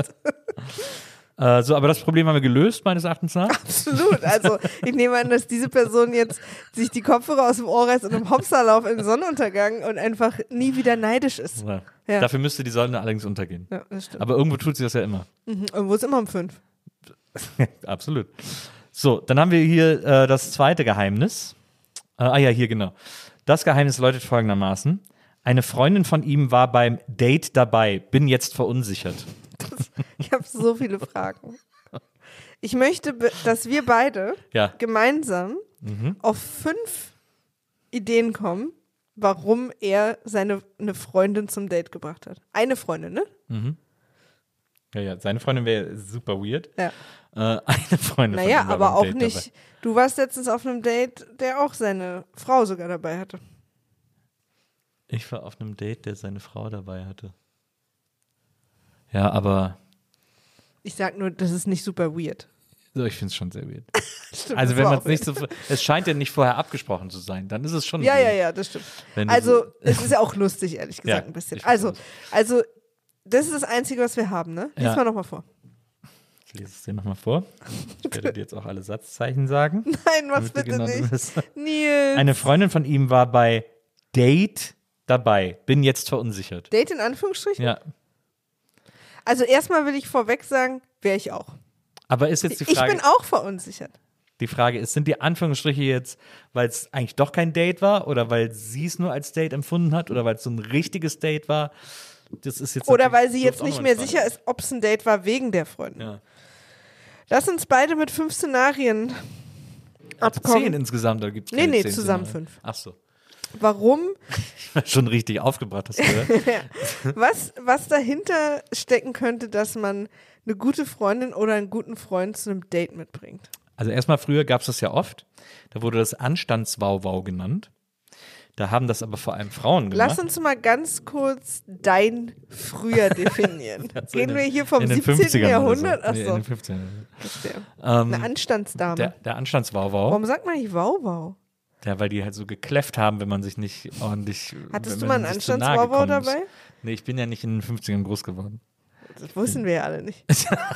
Aber das Problem haben wir gelöst, meines Erachtens nach. Absolut. Also ich nehme an, dass diese Person jetzt sich die Kopfhörer aus dem Ohr reißt und im Hopserlauf in den Sonnenuntergang und einfach nie wieder neidisch ist. Ja. Ja. Dafür müsste die Sonne allerdings untergehen. Ja, das stimmt. Aber irgendwo tut sie das ja immer. Irgendwo ist immer um 5. Absolut. So, dann haben wir hier das zweite Geheimnis. Hier genau. Das Geheimnis läutet folgendermaßen. Eine Freundin von ihm war beim Date dabei, bin jetzt verunsichert. Ich habe so viele Fragen. Ich möchte, dass wir beide gemeinsam auf 5 Ideen kommen, warum er eine Freundin zum Date gebracht hat. Eine Freundin, ne? Mhm. Ja, seine Freundin wäre super weird. Ja. Eine Freundin von ihm Naja, war aber beim auch Date nicht. dabei. Du warst letztens auf einem Date, der auch seine Frau sogar dabei hatte. Ich war auf einem Date, der seine Frau dabei hatte. Ja, aber Ich sag nur, das ist nicht super weird. so, ich finde es schon sehr weird. Stimmt, Also das wenn war man auch es nicht so, es scheint ja nicht vorher abgesprochen zu sein, dann ist es schon Ja, weird. ja, ja, das stimmt. Wenn du Also, so- es ist ja auch lustig, ehrlich gesagt, Ja, ein bisschen. ich find's Also, das ist das Einzige, was wir haben, ne? Lies Ja. mal nochmal vor. Ich lese es dir nochmal vor. Ich werde dir jetzt auch alle Satzzeichen sagen. Nein, was damit du bitte genau nicht. weißt. Nils. Eine Freundin von ihm war bei Date dabei, bin jetzt verunsichert. Date in Anführungsstrichen? Ja, Also, erstmal will ich vorweg sagen, wäre ich auch. aber ist jetzt die Ich Frage, bin auch verunsichert. die Frage ist, sind die Anführungsstriche jetzt, weil es eigentlich doch kein Date war oder weil sie es nur als Date empfunden hat oder weil es so ein richtiges Date war? Das ist jetzt Oder natürlich- weil sie das jetzt ist auch nicht noch mehr eine Frage. sicher ist, ob es ein Date war wegen der Freundin. Ja. Lass uns beide mit 5 Szenarien Also abkommen. 10 insgesamt, da gibt es Nee, zusammen 5. Ach so. Warum? Schon richtig aufgebracht, hast du gehört? Was dahinter stecken könnte, dass man eine gute Freundin oder einen guten Freund zu einem Date mitbringt. Also erstmal früher gab es das ja oft. Da wurde das Anstandswauwau genannt. Da haben das aber vor allem Frauen gemacht. Lass uns mal ganz kurz dein Früher definieren. Also Gehen wir hier vom in den 17. 50ern oder Jahrhundert? So. Nee, Achso, in den 50ern. verstehe. Eine Anstandsdame. Der Anstandswauwau. Warum sagt man nicht Wauwau? Ja, weil die halt so gekläfft haben, wenn man sich nicht ordentlich. Hattest wenn du mal man einen sich zu nahe Anstandswauwau gekommen ist. dabei? Nee, ich bin ja nicht in den 50ern groß geworden. Das wussten wir ja alle nicht.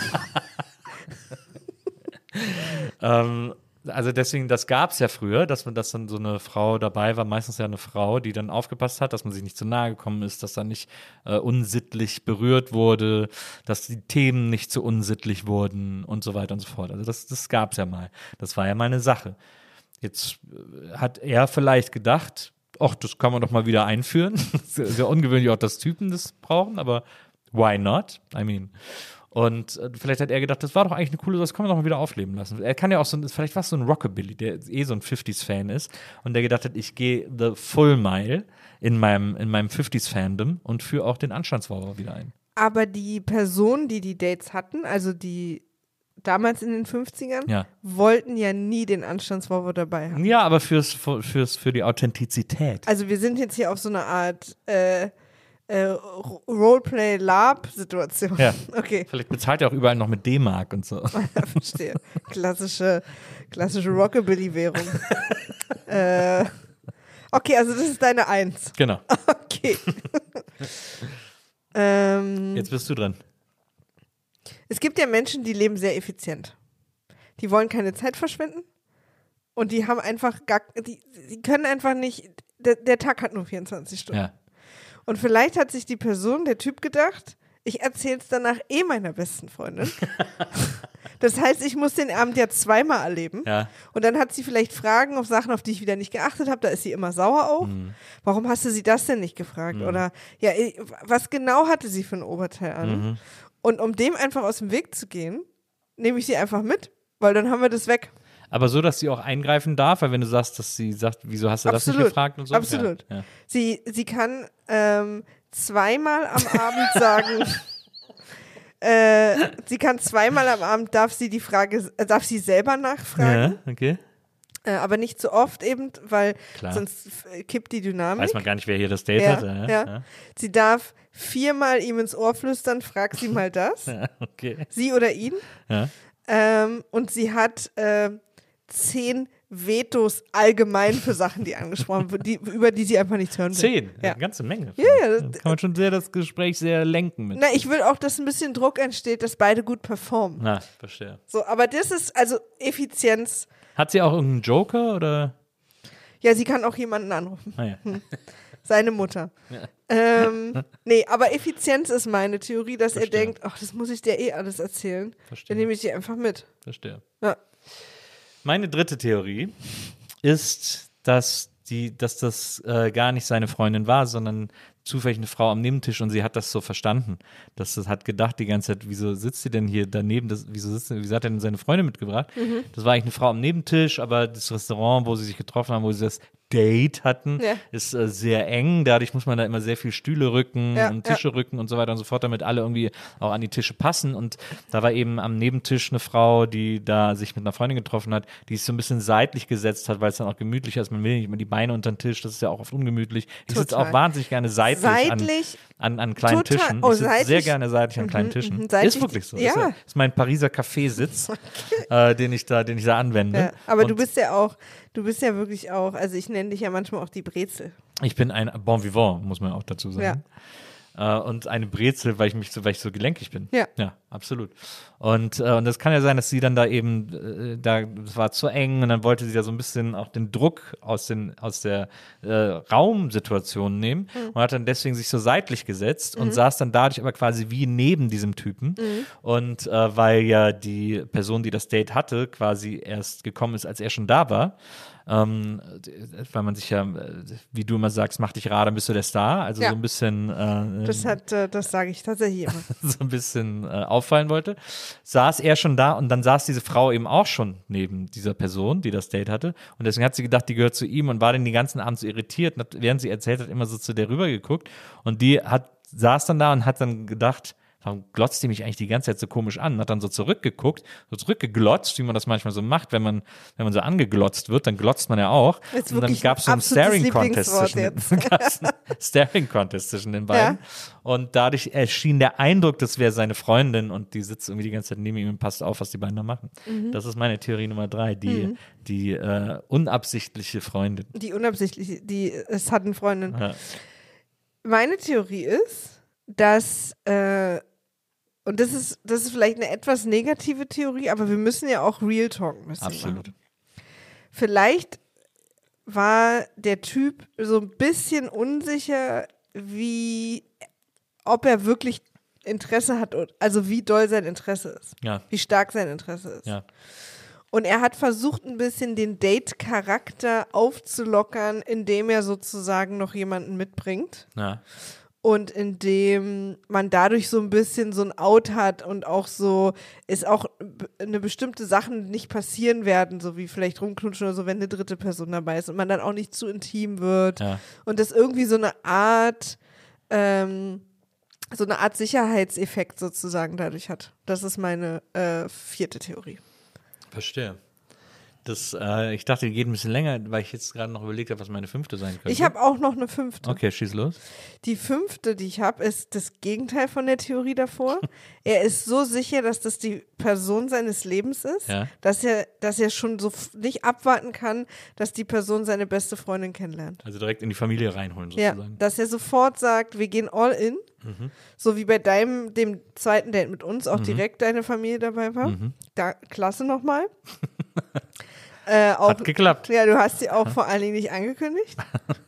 Also deswegen, das gab es ja früher, dass dann so eine Frau dabei war, meistens ja eine Frau, die dann aufgepasst hat, dass man sich nicht zu nahe gekommen ist, dass dann nicht unsittlich berührt wurde, dass die Themen nicht zu unsittlich wurden und so weiter und so fort. Also das gab es ja mal. Das war ja mal eine Sache. Jetzt hat er vielleicht gedacht, ach, das kann man doch mal wieder einführen. Sehr, sehr ungewöhnlich auch, dass Typen das brauchen, aber why not? I mean. Und vielleicht hat er gedacht, das war doch eigentlich eine coole Sache, das kann man doch mal wieder aufleben lassen. Er kann ja auch vielleicht war es so ein Rockabilly, der so ein 50s-Fan ist und der gedacht hat, ich gehe the full mile in meinem 50s-Fandom und führe auch den Anstandswauwau wieder ein. Aber die Personen, die Dates hatten, also die damals in den 50ern, Ja. wollten ja nie den Anstandswauwau dabei haben. Ja, aber für die Authentizität. Also wir sind jetzt hier auf so einer Art Roleplay-Lab-Situation. Ja. Okay, Vielleicht bezahlt er auch überall noch mit D-Mark und so. verstehe. Klassische Rockabilly-Währung. Okay, also das ist deine 1. Genau. Okay. Jetzt bist du dran. Es gibt ja Menschen, die leben sehr effizient. Die wollen keine Zeit verschwenden und die haben einfach die können einfach nicht, der Tag hat nur 24 Stunden. Ja. Und vielleicht hat sich der Typ gedacht, ich erzähle es danach meiner besten Freundin. Das heißt, ich muss den Abend ja zweimal erleben. Ja. Und dann hat sie vielleicht Fragen auf Sachen, auf die ich wieder nicht geachtet habe. Da ist sie immer sauer auch. Warum hast du sie das denn nicht gefragt? Oder ja, was genau hatte sie für ein Oberteil an? Und um dem einfach aus dem Weg zu gehen, nehme ich sie einfach mit, weil dann haben wir das weg. Aber so, dass sie auch eingreifen darf, weil wenn du sagst, dass sie sagt, wieso hast du das nicht gefragt und so? Absolut. Ja. Sie kann zweimal am Abend sagen, sie kann zweimal am Abend, darf sie selber nachfragen. Ja, okay. Aber nicht so oft eben, weil Klar. sonst kippt die Dynamik. Weiß man gar nicht, wer hier das Date Ja, hat. ja. Sie darf 4-mal ihm ins Ohr flüstern, frag sie mal das. Ja, okay. Sie oder ihn. Ja. Und sie hat 10 Vetos allgemein für Sachen, die angesprochen werden, über die sie einfach nichts hören will. 10, Ja. eine ganze Menge. Ja, Da kann man schon sehr das Gespräch sehr lenken mit. Na, ich will auch, dass ein bisschen Druck entsteht, dass beide gut performen. Na, verstehe. So, aber das ist also Effizienz. Hat sie auch irgendeinen Joker oder? Ja, sie kann auch jemanden anrufen. Ah, ja. Seine Mutter. Nee, aber Effizienz ist meine Theorie, dass Verstehe. er denkt, ach, das muss ich dir eh alles erzählen. Verstehe. Dann nehme ich sie einfach mit. Verstehe. Ja. Meine dritte Theorie ist, dass das gar nicht seine Freundin war, sondern zufällig eine Frau am Nebentisch und sie hat das so verstanden. Das hat gedacht die ganze Zeit, wieso sitzt sie denn hier daneben? Wieso hat er denn seine Freundin mitgebracht? Das war eigentlich eine Frau am Nebentisch, aber das Restaurant, wo sie sich getroffen haben, wo sie das Date hatten, ist sehr eng. Dadurch muss man da immer sehr viel Stühle rücken und Tische rücken und so weiter und so fort, damit alle irgendwie auch an die Tische passen. Und da war eben am Nebentisch eine Frau, die da sich mit einer Freundin getroffen hat, die sich so ein bisschen seitlich gesetzt hat, weil es dann auch gemütlicher ist. Man will nicht immer die Beine unter den Tisch, das ist ja auch oft ungemütlich. Ich sitze auch wahnsinnig gerne seitlich an kleinen Tischen. Ich sitze sehr gerne seitlich an kleinen Tischen. Ist wirklich so. Ja. Ist mein Pariser Kaffeesitz, den ich da anwende. Ja, aber und du bist ja wirklich auch, also ich nenne dich ja manchmal auch die Brezel. ich bin ein Bon Vivant, muss man auch dazu sagen. Und eine Brezel, weil ich so gelenkig bin. Ja, absolut. Und das kann ja sein, dass sie dann da eben, das war zu eng und dann wollte sie da so ein bisschen auch den Druck aus der Raumsituation nehmen und hat dann deswegen sich so seitlich gesetzt und saß dann dadurch aber quasi wie neben diesem Typen. Und weil ja die Person, die das Date hatte, quasi erst gekommen ist, als er schon da war, weil man sich ja, wie du immer sagst, mach dich rar, dann bist du der Star. Also so ein bisschen Das sage ich tatsächlich immer. so ein bisschen auffallen wollte, saß er schon da und dann saß diese Frau eben auch schon neben dieser Person, die das Date hatte. Und deswegen hat sie gedacht, die gehört zu ihm und war dann den ganzen Abend so irritiert. Und hat, während sie erzählt hat, immer so zu der rüber geguckt. Und die saß dann da und hat dann gedacht, warum glotzt die mich eigentlich die ganze Zeit so komisch an? Hat dann so zurückgeguckt, so zurückgeglotzt, wie man das manchmal so macht, wenn man so angeglotzt wird, dann glotzt man ja auch. Und dann gab es so einen Staring Contest zwischen den beiden. Ja. Und dadurch erschien der Eindruck, das wäre seine Freundin und die sitzt irgendwie die ganze Zeit neben ihm und passt auf, was die beiden da machen. Das ist meine Theorie Nummer 3, die unabsichtliche Freundin. Es hat eine Freundin. Ja. Meine Theorie ist, dass und das ist vielleicht eine etwas negative Theorie, aber wir müssen ja auch Real Talk Absolut. machen. Vielleicht war der Typ so ein bisschen unsicher, ob er wirklich Interesse hat, also wie doll sein Interesse ist, wie stark sein Interesse ist. Ja. Und er hat versucht, ein bisschen den Date-Charakter aufzulockern, indem er sozusagen noch jemanden mitbringt. Ja. Und indem man dadurch so ein bisschen so ein Out hat und auch so, ist auch eine bestimmte Sachen nicht passieren werden, so wie vielleicht rumknutschen oder so, wenn eine dritte Person dabei ist und man dann auch nicht zu intim wird. Ja. Und das irgendwie so eine Art Sicherheitseffekt sozusagen dadurch hat. Das ist meine 4. Theorie. Verstehe. Ich dachte, die geht ein bisschen länger, weil ich jetzt gerade noch überlegt habe, was meine 5. sein könnte. Ich habe auch noch eine 5. Okay, schieß los. Die 5., die ich habe, ist das Gegenteil von der Theorie davor. Er ist so sicher, dass das die Person seines Lebens ist, dass er schon so nicht abwarten kann, dass die Person seine beste Freundin kennenlernt. Also direkt in die Familie reinholen sozusagen. Ja, dass er sofort sagt, wir gehen all in. So wie bei dem zweiten Date mit uns auch direkt deine Familie dabei war. Da, klasse nochmal. Hat geklappt. Ja, du hast sie auch vor allen Dingen nicht angekündigt.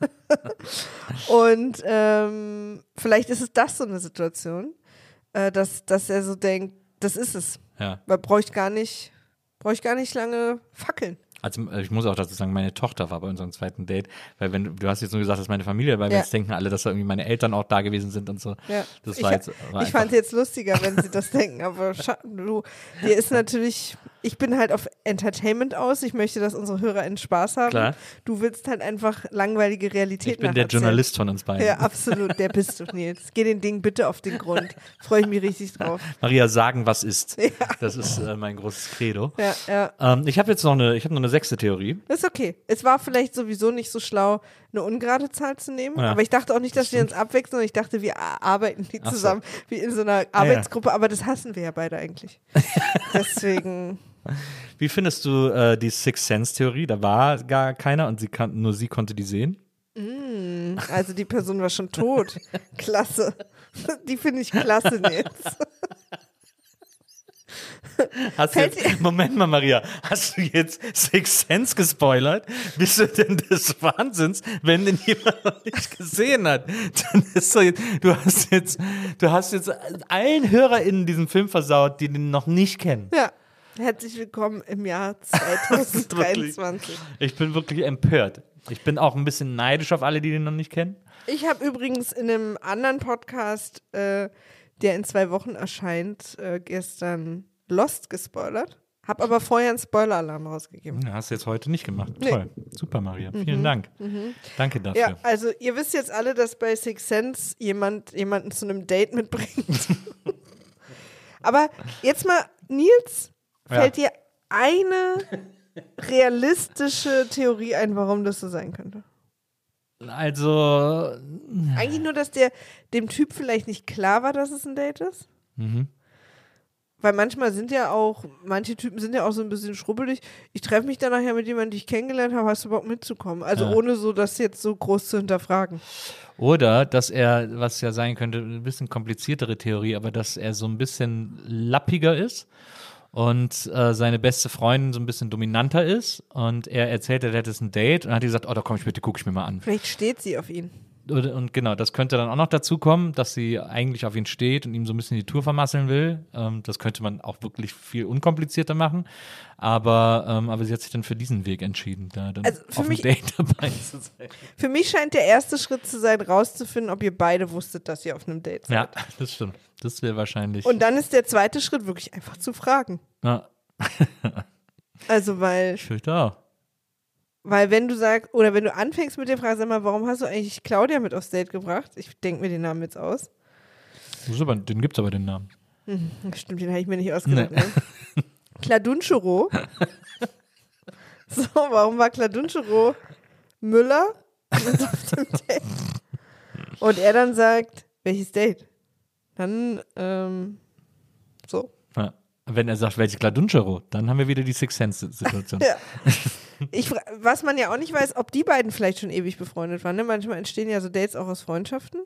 Und vielleicht ist es das so eine Situation, dass er so denkt, das ist es. Ja. Man brauche ich gar nicht lange fackeln. Also ich muss auch dazu sagen, meine Tochter war bei unserem zweiten Date, weil du hast jetzt nur gesagt, dass meine Familie dabei war, jetzt denken alle, dass da irgendwie meine Eltern auch da gewesen sind und so. Ja. Das war ich fand es jetzt lustiger, wenn sie das denken, aber dir ist natürlich, ich bin halt auf Entertainment aus, ich möchte, dass unsere HörerInnen Spaß haben. Klar. Du willst halt einfach langweilige Realität Ich bin der Journalist von uns beiden. Ja, absolut, der bist du, Nils. Geh den Ding bitte auf den Grund. Freue ich mich richtig drauf. Maria, sagen, was ist. Ja. Das ist mein großes Credo. Ja. Ich habe jetzt noch eine 6. Theorie. Ist okay. Es war vielleicht sowieso nicht so schlau, eine ungerade Zahl zu nehmen, Ja. aber ich dachte auch nicht, dass wir uns abwechseln, sondern ich dachte, wir arbeiten die zusammen, wie in so einer Arbeitsgruppe, aber das hassen wir ja beide eigentlich. Deswegen. Wie findest du die Sixth Sense Theorie? Da war gar keiner und nur sie konnte die sehen. Also die Person war schon tot. Klasse. Die finde ich klasse jetzt. Moment mal, Maria, hast du jetzt Sixth Sense gespoilert? Bist du denn des Wahnsinns, wenn den jemand noch nicht gesehen hat? Dann ist so jetzt, du hast jetzt allen HörerInnen diesen Film versaut, die den noch nicht kennen. Ja. Herzlich willkommen im Jahr 2023. Ich bin wirklich empört. Ich bin auch ein bisschen neidisch auf alle, die den noch nicht kennen. Ich habe übrigens in einem anderen Podcast, der in 2 Wochen erscheint, gestern Lost gespoilert. Hab aber vorher einen Spoiler-Alarm rausgegeben. Ja, hast du jetzt heute nicht gemacht. Nee. Toll. Super, Maria. Vielen Dank. Danke dafür. Ja, also ihr wisst jetzt alle, dass bei Sixth Sense jemanden zu einem Date mitbringt. Aber jetzt mal, Nils, fällt dir eine realistische Theorie ein, warum das so sein könnte? Also Eigentlich nur, dass dem Typ vielleicht nicht klar war, dass es ein Date ist. Weil manche Typen sind ja auch so ein bisschen schrubbelig. Ich treffe mich dann nachher mit jemandem, den ich kennengelernt habe, hast du Bock mitzukommen? Also ohne so das jetzt so groß zu hinterfragen. Oder, dass er, was ja sein könnte, ein bisschen kompliziertere Theorie, aber dass er so ein bisschen lappiger ist und seine beste Freundin so ein bisschen dominanter ist und er erzählt, er hätte ein Date und hat gesagt, oh, da komm ich bitte, guck ich mir mal an. Vielleicht steht sie auf ihn. Und genau, das könnte dann auch noch dazu kommen, dass sie eigentlich auf ihn steht und ihm so ein bisschen die Tour vermasseln will. Das könnte man auch wirklich viel unkomplizierter machen. Aber sie hat sich dann für diesen Weg entschieden, da dann auf dem Date dabei zu sein. Für mich scheint der erste Schritt zu sein, rauszufinden, ob ihr beide wusstet, dass ihr auf einem Date seid. Ja, das stimmt. Das wäre wahrscheinlich. Und dann ist der zweite Schritt wirklich einfach zu fragen. Ja. Also, weil. Ich fürchte auch. Weil wenn du sagst, oder wenn du anfängst mit der Frage, sag mal, warum hast du eigentlich Claudia mit aufs Date gebracht? Ich denke mir den Namen jetzt aus. Den gibt's aber den Namen. Stimmt, den habe ich mir nicht ausgedacht. Nee. Ne? Kladunschero. So, warum war Kladunschero Müller mit auf dem Date? Und er dann sagt, welches Date? Dann, so. Ja. Wenn er sagt, welches Kladunschero, dann haben wir wieder die Sixth Sense-Situation. Ja. Was man ja auch nicht weiß, ob die beiden vielleicht schon ewig befreundet waren. Ne? Manchmal entstehen ja so Dates auch aus Freundschaften.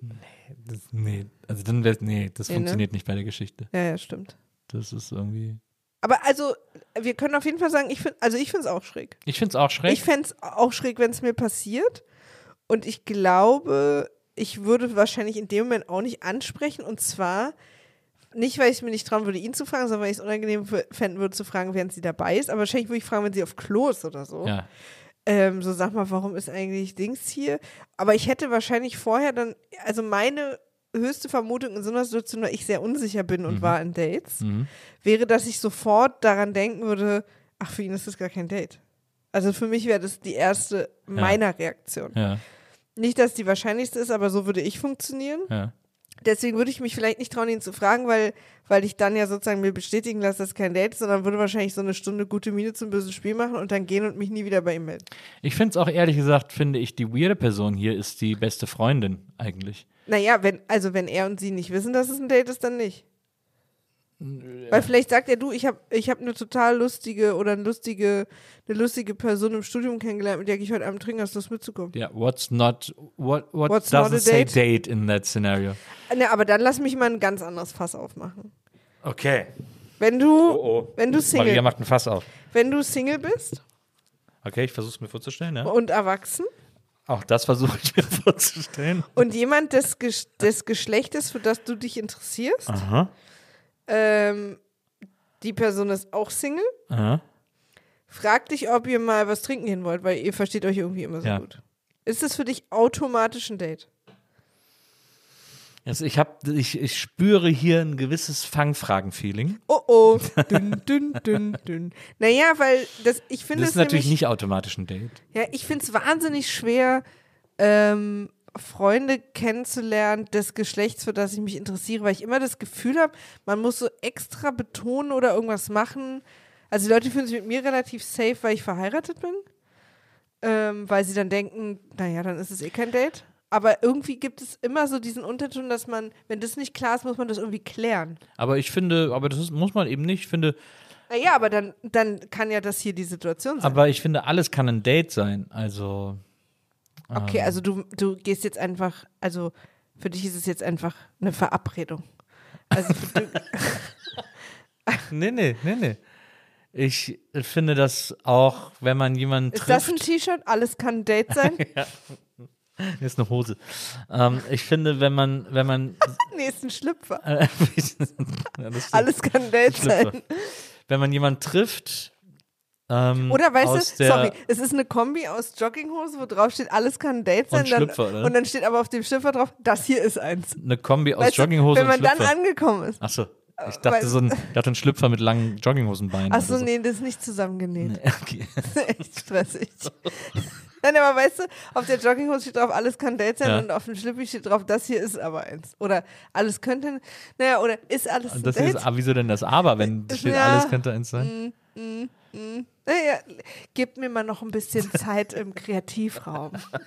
Das funktioniert nicht bei der Geschichte. Ja, stimmt. Das ist irgendwie. Aber also, wir können auf jeden Fall sagen, ich finde es auch schräg. Ich finde es auch schräg. Ich fände es auch schräg, wenn es mir passiert. Und ich glaube, ich würde wahrscheinlich in dem Moment auch nicht ansprechen. Und zwar nicht, weil ich mir nicht trauen würde, ihn zu fragen, sondern weil ich es unangenehm fänden würde, zu fragen, während sie dabei ist. Aber wahrscheinlich würde ich fragen, wenn sie auf Klo ist oder so. Ja. So, sag mal, warum ist eigentlich Dings hier? Aber ich hätte wahrscheinlich vorher dann, also meine höchste Vermutung in so einer Situation, weil ich sehr unsicher bin und war in Dates, wäre, dass ich sofort daran denken würde, ach, für ihn ist das gar kein Date. Also für mich wäre das die erste meiner Reaktion. Ja. Nicht, dass die wahrscheinlichste ist, aber so würde ich funktionieren. Ja. Deswegen würde ich mich vielleicht nicht trauen, ihn zu fragen, weil ich dann ja sozusagen mir bestätigen lasse, dass es kein Date ist, sondern würde wahrscheinlich so eine Stunde gute Miene zum bösen Spiel machen und dann gehen und mich nie wieder bei ihm melden. Ich finde es auch ehrlich gesagt, die weirde Person hier ist die beste Freundin eigentlich. Naja, wenn er und sie nicht wissen, dass es ein Date ist, dann nicht. Weil vielleicht sagt er, du, ich hab eine total lustige oder eine lustige Person im Studium kennengelernt, mit der ich heute Abend trinken, hast du Lust mitzukommen? Ja, what doesn't say date in that scenario? Ne, aber dann lass mich mal ein ganz anderes Fass aufmachen. Okay. Wenn du Single, Maria macht ein Fass auf. Wenn du Single bist. Okay, ich versuche es mir vorzustellen, ja. Und erwachsen. Auch das versuche ich mir vorzustellen. Und jemand des Geschlechtes, für das du dich interessierst. Aha. die Person ist auch Single. Aha. Frag dich, ob ihr mal was trinken gehen wollt, weil ihr versteht euch irgendwie immer so gut. Ist das für dich automatisch ein Date? Also ich spüre hier ein gewisses Fangfragen-Feeling. Oh. Dünn. Naja, weil ich finde es ist natürlich nicht automatisch ein Date. Ja, ich finde es wahnsinnig schwer, Freunde kennenzulernen des Geschlechts, für das ich mich interessiere, weil ich immer das Gefühl habe, man muss so extra betonen oder irgendwas machen. Also die Leute fühlen sich mit mir relativ safe, weil ich verheiratet bin, weil sie dann denken, naja, dann ist es eh kein Date. Aber irgendwie gibt es immer so diesen Unterton, dass man, wenn das nicht klar ist, muss man das irgendwie klären. Aber ich finde, muss man eben nicht. Ich finde. Naja, aber dann kann ja das hier die Situation sein. Aber ich finde, alles kann ein Date sein. Also. Okay, also du gehst jetzt einfach, also für dich ist es jetzt einfach eine Verabredung. Also Nee. Ich finde das auch, wenn man jemanden trifft. Ist das ein T-Shirt? Alles kann ein Date sein? Ja. Das ist eine Hose. Ich finde, wenn man Nee, ist ein Schlüpfer. Alles kann ein Date sein. Wenn man jemanden trifft. Oder weißt du, es ist eine Kombi aus Jogginghose, wo drauf steht, alles kann ein Date sein. Und Schlüpfer, oder? Und dann steht aber auf dem Schlüpfer drauf, das hier ist eins. Eine Kombi aus Jogginghose und Schlüpfer. Wenn man dann angekommen ist. Achso. Ich dachte, ein Schlüpfer mit langen Jogginghosenbeinen. Achso, so. Nee, das ist nicht zusammengenäht. Nee, okay. Das ist echt stressig. Nein, aber weißt du, auf der Jogginghose steht drauf, alles kann Date sein und auf dem Schlüppi steht drauf, das hier ist aber eins. Oder alles könnte, oder ist alles ein das Date? Wieso denn das aber, wenn steht, alles könnte eins sein? Naja, gebt mir mal noch ein bisschen Zeit im Kreativraum.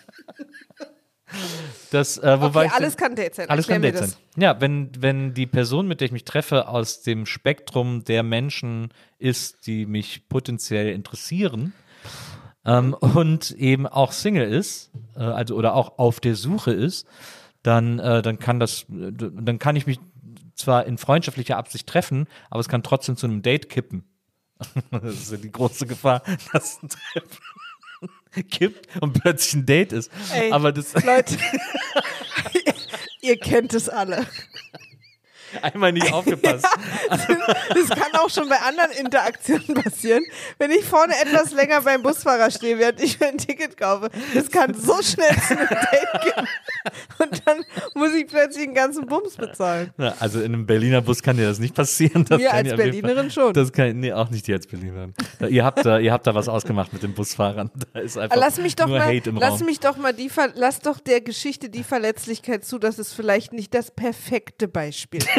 Alles kann Date sein. Alles kann Date sein. Ja, wenn die Person, mit der ich mich treffe, aus dem Spektrum der Menschen ist, die mich potenziell interessieren und eben auch Single ist, oder auch auf der Suche ist, dann kann ich mich zwar in freundschaftlicher Absicht treffen, aber es kann trotzdem zu einem Date kippen. Das ist ja die große Gefahr, dass ein Treffen kippt und plötzlich ein Date ist. Ey, aber das Leute, ihr kennt es alle. Einmal nicht aufgepasst. Ja, das kann auch schon bei anderen Interaktionen passieren. Wenn ich vorne etwas länger beim Busfahrer stehe, während ich mir ein Ticket kaufe, das kann so schnell zu einem Date gehen. Und dann muss ich plötzlich den ganzen Bums bezahlen. Na, also in einem Berliner Bus kann dir das nicht passieren. Mir als Berlinerin schon. Das kann, nee, auch nicht dir als Berlinerin. Ihr habt da was ausgemacht mit den Busfahrern. Da ist einfach lass mich doch nur mal, Hate im Raum. Lass doch der Geschichte die Verletzlichkeit zu, dass es vielleicht nicht das perfekte Beispiel war.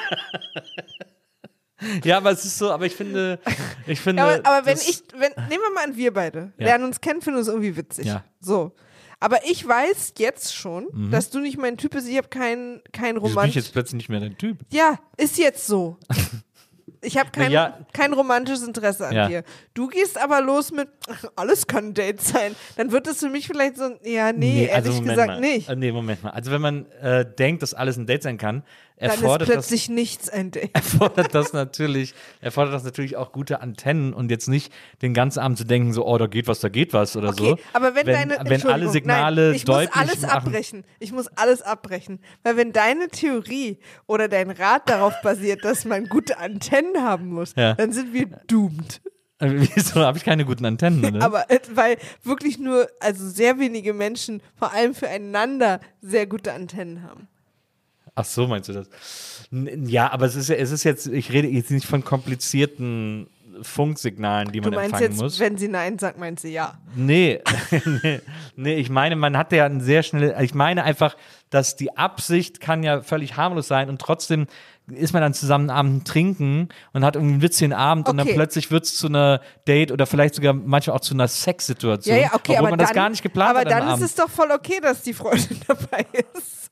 Ja, aber es ist so, aber ich finde. Ja, aber nehmen wir mal an, wir beide lernen uns kennen, finden uns irgendwie witzig. Ja. So. Aber ich weiß jetzt schon, dass du nicht mein Typ bist. Ich habe kein Wieso bin ich jetzt plötzlich nicht mehr dein Typ? Ja, ist jetzt so. Ich habe kein romantisches Interesse an dir. Du gehst aber los mit, alles kann ein Date sein. Dann wird es für mich vielleicht so, ehrlich gesagt nicht. Nee, Moment mal. Also wenn man denkt, dass alles ein Date sein kann, erfordert dann ist plötzlich nichts ein Date. Erfordert das natürlich auch gute Antennen und jetzt nicht den ganzen Abend zu denken, so, da geht was oder so. Aber wenn alle Signale deutlich machen. Ich muss alles abbrechen. Weil wenn deine Theorie oder dein Rat darauf basiert, dass man gute Antennen haben muss, dann sind wir doomed. Wieso habe ich keine guten Antennen, oder? Aber weil wirklich nur, also sehr wenige Menschen, vor allem füreinander, sehr gute Antennen haben. Ach so, meinst du das? Ja, aber es ist jetzt, ich rede jetzt nicht von komplizierten Funksignalen, die man empfangen muss. Du meinst jetzt, wenn sie Nein sagt, meinst du ja? Nee, ich meine, man hat ja ich meine einfach, dass die Absicht kann ja völlig harmlos sein und trotzdem ist man dann zusammen Abend trinken und hat irgendwie einen witzigen Abend und dann plötzlich wird es zu einer Date oder vielleicht sogar manchmal auch zu einer Sexsituation, obwohl man das gar nicht geplant hat. Aber dann ist es doch voll okay, dass die Freundin dabei ist.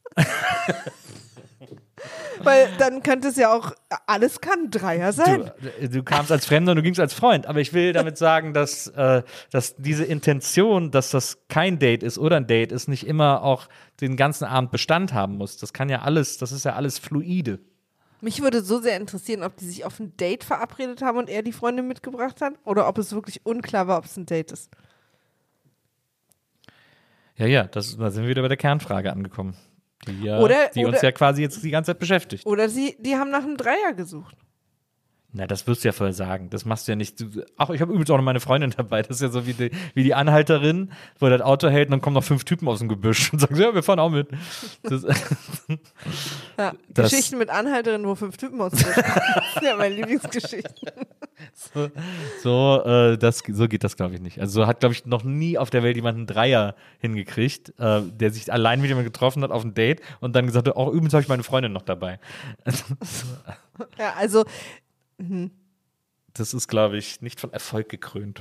Weil dann könnte es ja auch, alles kann Dreier sein. Du kamst als Fremder und du gingst als Freund. Aber ich will damit sagen, dass diese Intention, dass das kein Date ist oder ein Date ist, nicht immer auch den ganzen Abend Bestand haben muss. Das ist ja alles fluide. Mich würde so sehr interessieren, ob die sich auf ein Date verabredet haben und er die Freundin mitgebracht hat oder ob es wirklich unklar war, ob es ein Date ist. Ja, da sind wir wieder bei der Kernfrage angekommen. Die uns ja quasi jetzt die ganze Zeit beschäftigt. Oder die haben nach einem Dreier gesucht. Na, das wirst du ja vorher sagen. Das machst du ja nicht. Ach, ich habe übrigens auch noch meine Freundin dabei. Das ist ja so wie die Anhalterin, wo das Auto hält und dann kommen noch 5 Typen aus dem Gebüsch und sagen, ja, wir fahren auch mit. Geschichten mit Anhalterin, wo 5 Typen aus dem Gebüsch kommen. Das sind ja meine Lieblingsgeschichten. So geht das, glaube ich, nicht. Also so hat, glaube ich, noch nie auf der Welt jemand einen Dreier hingekriegt, der sich allein mit jemandem getroffen hat auf ein Date und dann gesagt hat, auch übrigens habe ich meine Freundin noch dabei. Ja, also das ist, glaube ich, nicht von Erfolg gekrönt.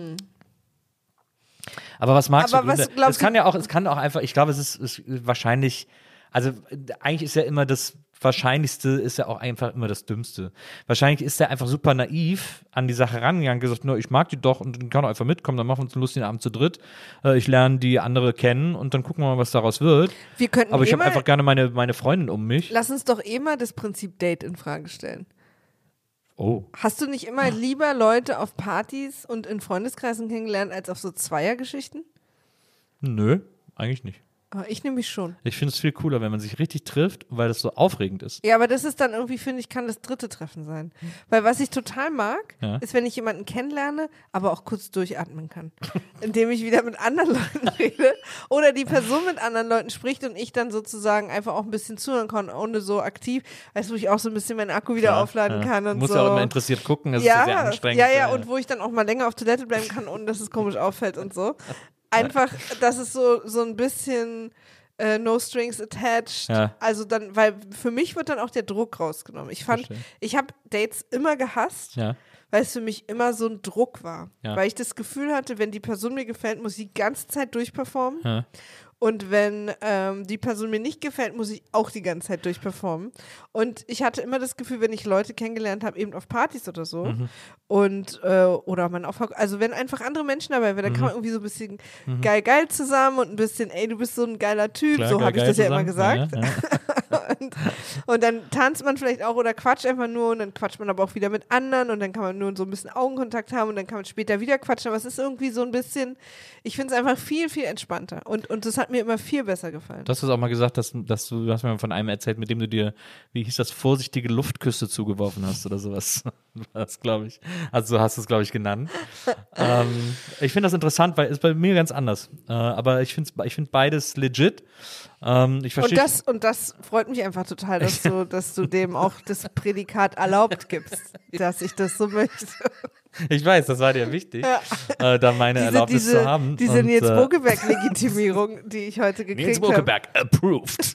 Aber was magst du? Es kann auch einfach, ich glaube, es ist wahrscheinlich, also eigentlich ist ja immer das Wahrscheinlichste, ist ja auch einfach immer das Dümmste. Wahrscheinlich ist er einfach super naiv an die Sache rangegangen, gesagt, ich mag die doch und kann auch einfach mitkommen, dann machen wir uns einen lustigen Abend zu dritt. Ich lerne die andere kennen und dann gucken wir mal, was daraus wird. Aber ich habe einfach gerne meine Freundin um mich. Lass uns doch mal das Prinzip Date in Frage stellen. Oh. Hast du nicht immer lieber Leute auf Partys und in Freundeskreisen kennengelernt, als auf so Zweiergeschichten? Nö, eigentlich nicht. Ich nehme mich schon. Ich finde es viel cooler, wenn man sich richtig trifft, weil das so aufregend ist. Ja, aber das ist dann irgendwie, finde ich, kann das dritte Treffen sein. Weil was ich total mag, ist, wenn ich jemanden kennenlerne, aber auch kurz durchatmen kann. Indem ich wieder mit anderen Leuten rede oder die Person mit anderen Leuten spricht und ich dann sozusagen einfach auch ein bisschen zuhören kann, ohne so aktiv, weißt du, wo ich auch so ein bisschen meinen Akku wieder aufladen kann und muss so. Muss ja auch immer interessiert gucken, das ist ja sehr anstrengend. Ja, und wo ich dann auch mal länger auf Toilette bleiben kann, ohne dass es komisch auffällt und so. Einfach, dass es so ein bisschen no strings attached. Ja. Also dann, weil für mich wird dann auch der Druck rausgenommen. Ich habe Dates immer gehasst, weil es für mich immer so ein Druck war. Ja. Weil ich das Gefühl hatte, wenn die Person mir gefällt, muss sie die ganze Zeit durchperformen. Ja. Und wenn die Person mir nicht gefällt, muss ich auch die ganze Zeit durchperformen. Und ich hatte immer das Gefühl, wenn ich Leute kennengelernt habe, eben auf Partys oder so, und oder man also wenn einfach andere Menschen dabei wären, dann kann man irgendwie so ein bisschen geil zusammen und ein bisschen, ey, du bist so ein geiler Typ, klar, so habe ich das ja immer gesagt. Ja. und dann tanzt man vielleicht auch oder quatscht einfach nur und dann quatscht man aber auch wieder mit anderen und dann kann man nur so ein bisschen Augenkontakt haben und dann kann man später wieder quatschen, aber es ist irgendwie so ein bisschen, ich finde es einfach viel, viel entspannter und das hat mir immer viel besser gefallen. Du hast es auch mal gesagt, du hast mir von einem erzählt, mit dem du dir, wie hieß das, vorsichtige Luftküsse zugeworfen hast oder sowas. Das glaube ich. Also hast du es, glaube ich, genannt. Ich finde das interessant, weil es bei mir ganz anders. Aber ich finde beides legit. Und das freut mich einfach total, dass du dem auch das Prädikat erlaubt gibst, dass ich das so möchte. Ich weiß, das war dir wichtig, da meine Erlaubnis zu haben. Diese Nils Bokelberg-Legitimierung, die ich heute gekriegt habe. Nils Bokelberg approved.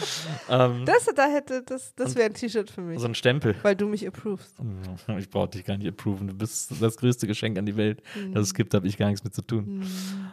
Das wäre ein T-Shirt für mich. So ein Stempel. Weil du mich approvest. Ich brauche dich gar nicht approven. Du bist das größte Geschenk an die Welt, das es gibt, habe ich gar nichts mit zu tun.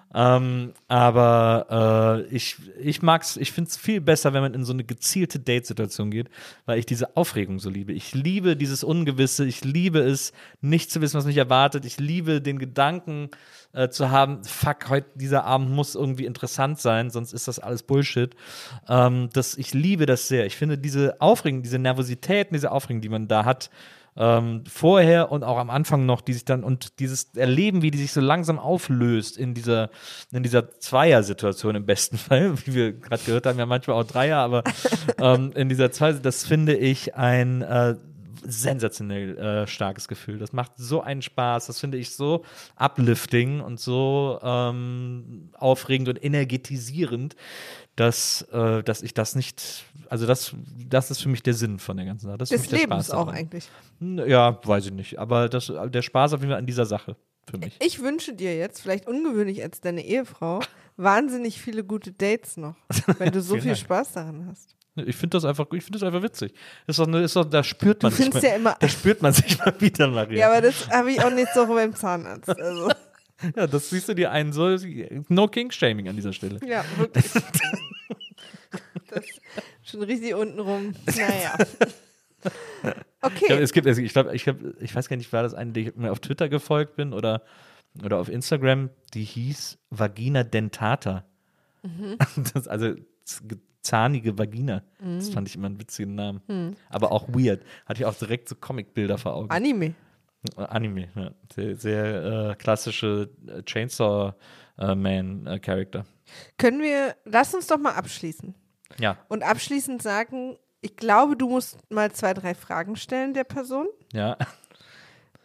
Aber ich mag's, ich finde es viel besser, wenn man in so eine gezielte Date-Situation geht, weil ich diese Aufregung so liebe. Ich liebe dieses Ungewisse, ich liebe es, nicht zu wissen, was mich erwartet. Ich liebe den Gedanken zu haben, fuck, dieser Abend muss irgendwie interessant sein, sonst ist das alles Bullshit. Ich liebe das sehr. Ich finde diese Aufregung, diese Nervosität, diese Aufregung, die man da hat, vorher und auch am Anfang noch, die sich dann und dieses Erleben, wie die sich so langsam auflöst in dieser Zweier-Situation im besten Fall, wie wir gerade gehört haben, ja manchmal auch Dreier, aber in dieser Zweier, das finde ich ein sensationell starkes Gefühl. Das macht so einen Spaß, das finde ich so uplifting und so aufregend und energetisierend, dass ich das nicht, also das ist für mich der Sinn von der ganzen Sache. Das ist für mich der Spaß auch daran. Eigentlich. Ja, weiß ich nicht, aber der Spaß auf jeden Fall an dieser Sache für mich. Ich wünsche dir jetzt, vielleicht ungewöhnlich als deine Ehefrau, wahnsinnig viele gute Dates noch, wenn du so viel Spaß daran hast. Ich finde das einfach witzig. Da spürt man sich mal. Ja immer. Da spürt man sich mal wieder, Maria. Ja, aber das habe ich auch nicht so beim Zahnarzt. Also. Ja, das siehst du dir ein. So, no King-Shaming an dieser Stelle. Ja, wirklich. Das ist schon richtig untenrum. Naja. Okay. Ich weiß gar nicht, war das eine, die ich mir auf Twitter gefolgt bin oder auf Instagram, die hieß Vagina dentata. Also zahnige Vagina. Das fand ich immer einen witzigen Namen. Aber auch weird. Hatte ich auch direkt so Comicbilder vor Augen. Anime, ja. Sehr, sehr klassische Chainsaw Man-Charakter. Lass uns doch mal abschließen. Ja. Und abschließend sagen, ich glaube, du musst mal 2, 3 Fragen stellen der Person. Ja.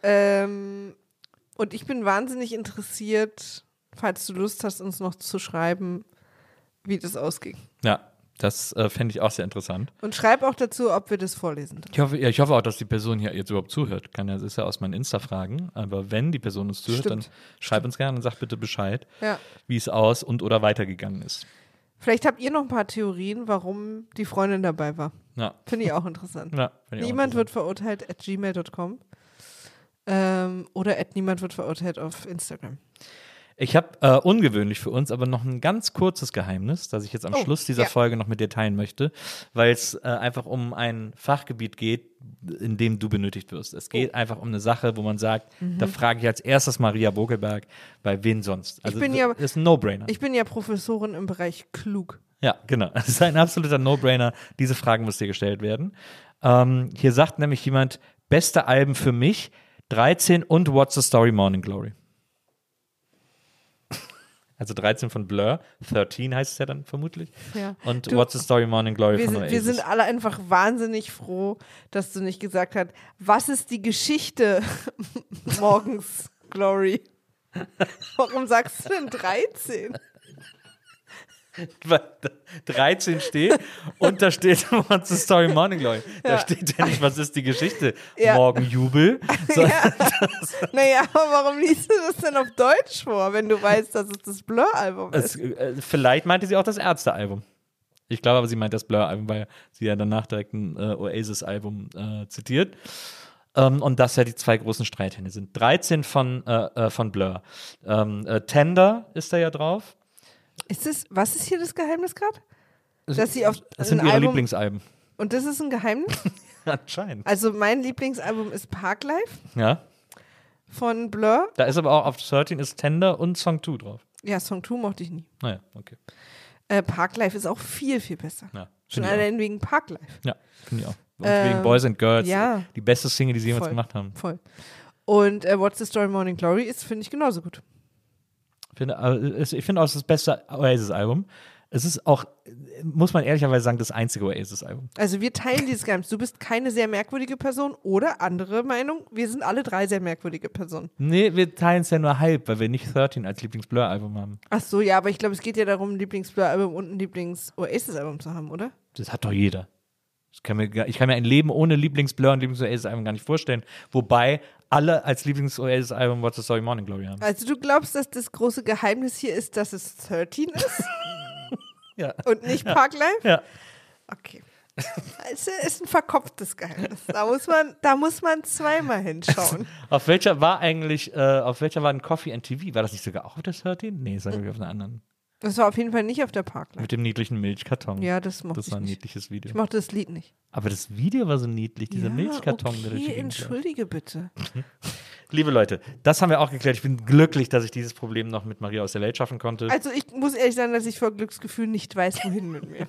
Und ich bin wahnsinnig interessiert, falls du Lust hast, uns noch zu schreiben, wie das ausging. Ja, das fände ich auch sehr interessant. Und schreib auch dazu, ob wir das vorlesen dürfen. Ich hoffe auch, dass die Person hier jetzt überhaupt zuhört. Das ist ja aus meinen Insta-Fragen. Aber wenn die Person uns zuhört, dann schreib uns gerne und sag bitte Bescheid, wie es aus und oder weitergegangen ist. Vielleicht habt ihr noch ein paar Theorien, warum die Freundin dabei war. Ja. Finde ich auch interessant. Ja, Niemand wird verurteilt @gmail.com oder @niemand wird verurteilt auf Instagram. Ich habe ungewöhnlich für uns aber noch ein ganz kurzes Geheimnis, das ich jetzt am Schluss dieser Folge noch mit dir teilen möchte, weil es einfach um ein Fachgebiet geht, in dem du benötigt wirst. Es geht einfach um eine Sache, wo man sagt, da frage ich als erstes Maria Bogelberg, bei wen sonst? Also das ist ein No-Brainer. Ich bin ja Professorin im Bereich klug. Ja, genau. Es ist ein absoluter No-Brainer. Diese Fragen muss dir gestellt werden. Hier sagt nämlich jemand, beste Alben für mich, 13 und What's the Story Morning Glory. Also 13 von Blur, 13 heißt es ja dann vermutlich. Ja. Und What's the Story Morning Glory von Oasis. Wir sind alle einfach wahnsinnig froh, dass du nicht gesagt hast, was ist die Geschichte morgens Glory? Warum sagst du denn 13? Weil 13 steht und da steht What's the Story Morning Glory. Da steht ja nicht, was ist die Geschichte? Morgen Jubel. Naja, aber warum liest du das denn auf Deutsch vor, wenn du weißt, dass es das Blur-Album ist? Vielleicht meinte sie auch das Ärzte-Album. Ich glaube aber, sie meint das Blur-Album, weil sie ja danach direkt ein Oasis-Album zitiert. Und das ja die zwei großen Streithähne sind. 13 von Blur. Tender ist da ja drauf. Was ist hier das Geheimnis gerade? Das sind ihre Lieblingsalben. Und das ist ein Geheimnis? Anscheinend. Also mein Lieblingsalbum ist Parklife. Ja. Von Blur. Da ist aber auch auf 13 ist Tender und Song 2 drauf. Ja, Song 2 mochte ich nie. Naja, okay. Parklife ist auch viel, viel besser. Ja, schon allein wegen Parklife. Ja, finde ich auch. Und wegen Boys and Girls. Ja. Die beste Single, die sie jemals gemacht haben. Voll. Und What's the Story Morning Glory ist, finde ich, genauso gut. Ich finde auch das beste Oasis-Album. Es ist auch, muss man ehrlicherweise sagen, das einzige Oasis-Album. Also wir teilen dieses Geheimnis. Du bist keine sehr merkwürdige Person oder andere Meinung. Wir sind alle drei sehr merkwürdige Personen. Nee, wir teilen es ja nur halb, weil wir nicht 13 als Lieblings-Blur-Album haben. Ach so, ja, aber ich glaube, es geht ja darum, ein Lieblings-Blur-Album und ein Lieblings-Oasis-Album zu haben, oder? Das hat doch jeder. Ich kann mir ein Leben ohne Lieblings-Blur und Lieblings-Oasis-Album gar nicht vorstellen. Wobei alle als Lieblings-Oasis-Album What's the Story Morning Glory haben. Also du glaubst, dass das große Geheimnis hier ist, dass es 13 ist? Ja. Und nicht Parklife? Ja. Okay. Also ist ein verkopftes Geheimnis. Da muss man zweimal hinschauen. Auf welcher war ein Coffee and TV? War das nicht sogar auch auf der 13? Nee, das war auf einer anderen. Das war auf jeden Fall nicht auf der Parklife. Mit dem niedlichen Milchkarton. Ja, das mochte ich nicht. Das war ein niedliches Video. Ich mochte das Lied nicht. Aber das Video war so niedlich, dieser Milchkarton. Okay, entschuldige bitte. Liebe Leute, das haben wir auch geklärt. Ich bin glücklich, dass ich dieses Problem noch mit Maria aus der Welt schaffen konnte. Also ich muss ehrlich sagen, dass ich vor Glücksgefühl nicht weiß, wohin mit mir.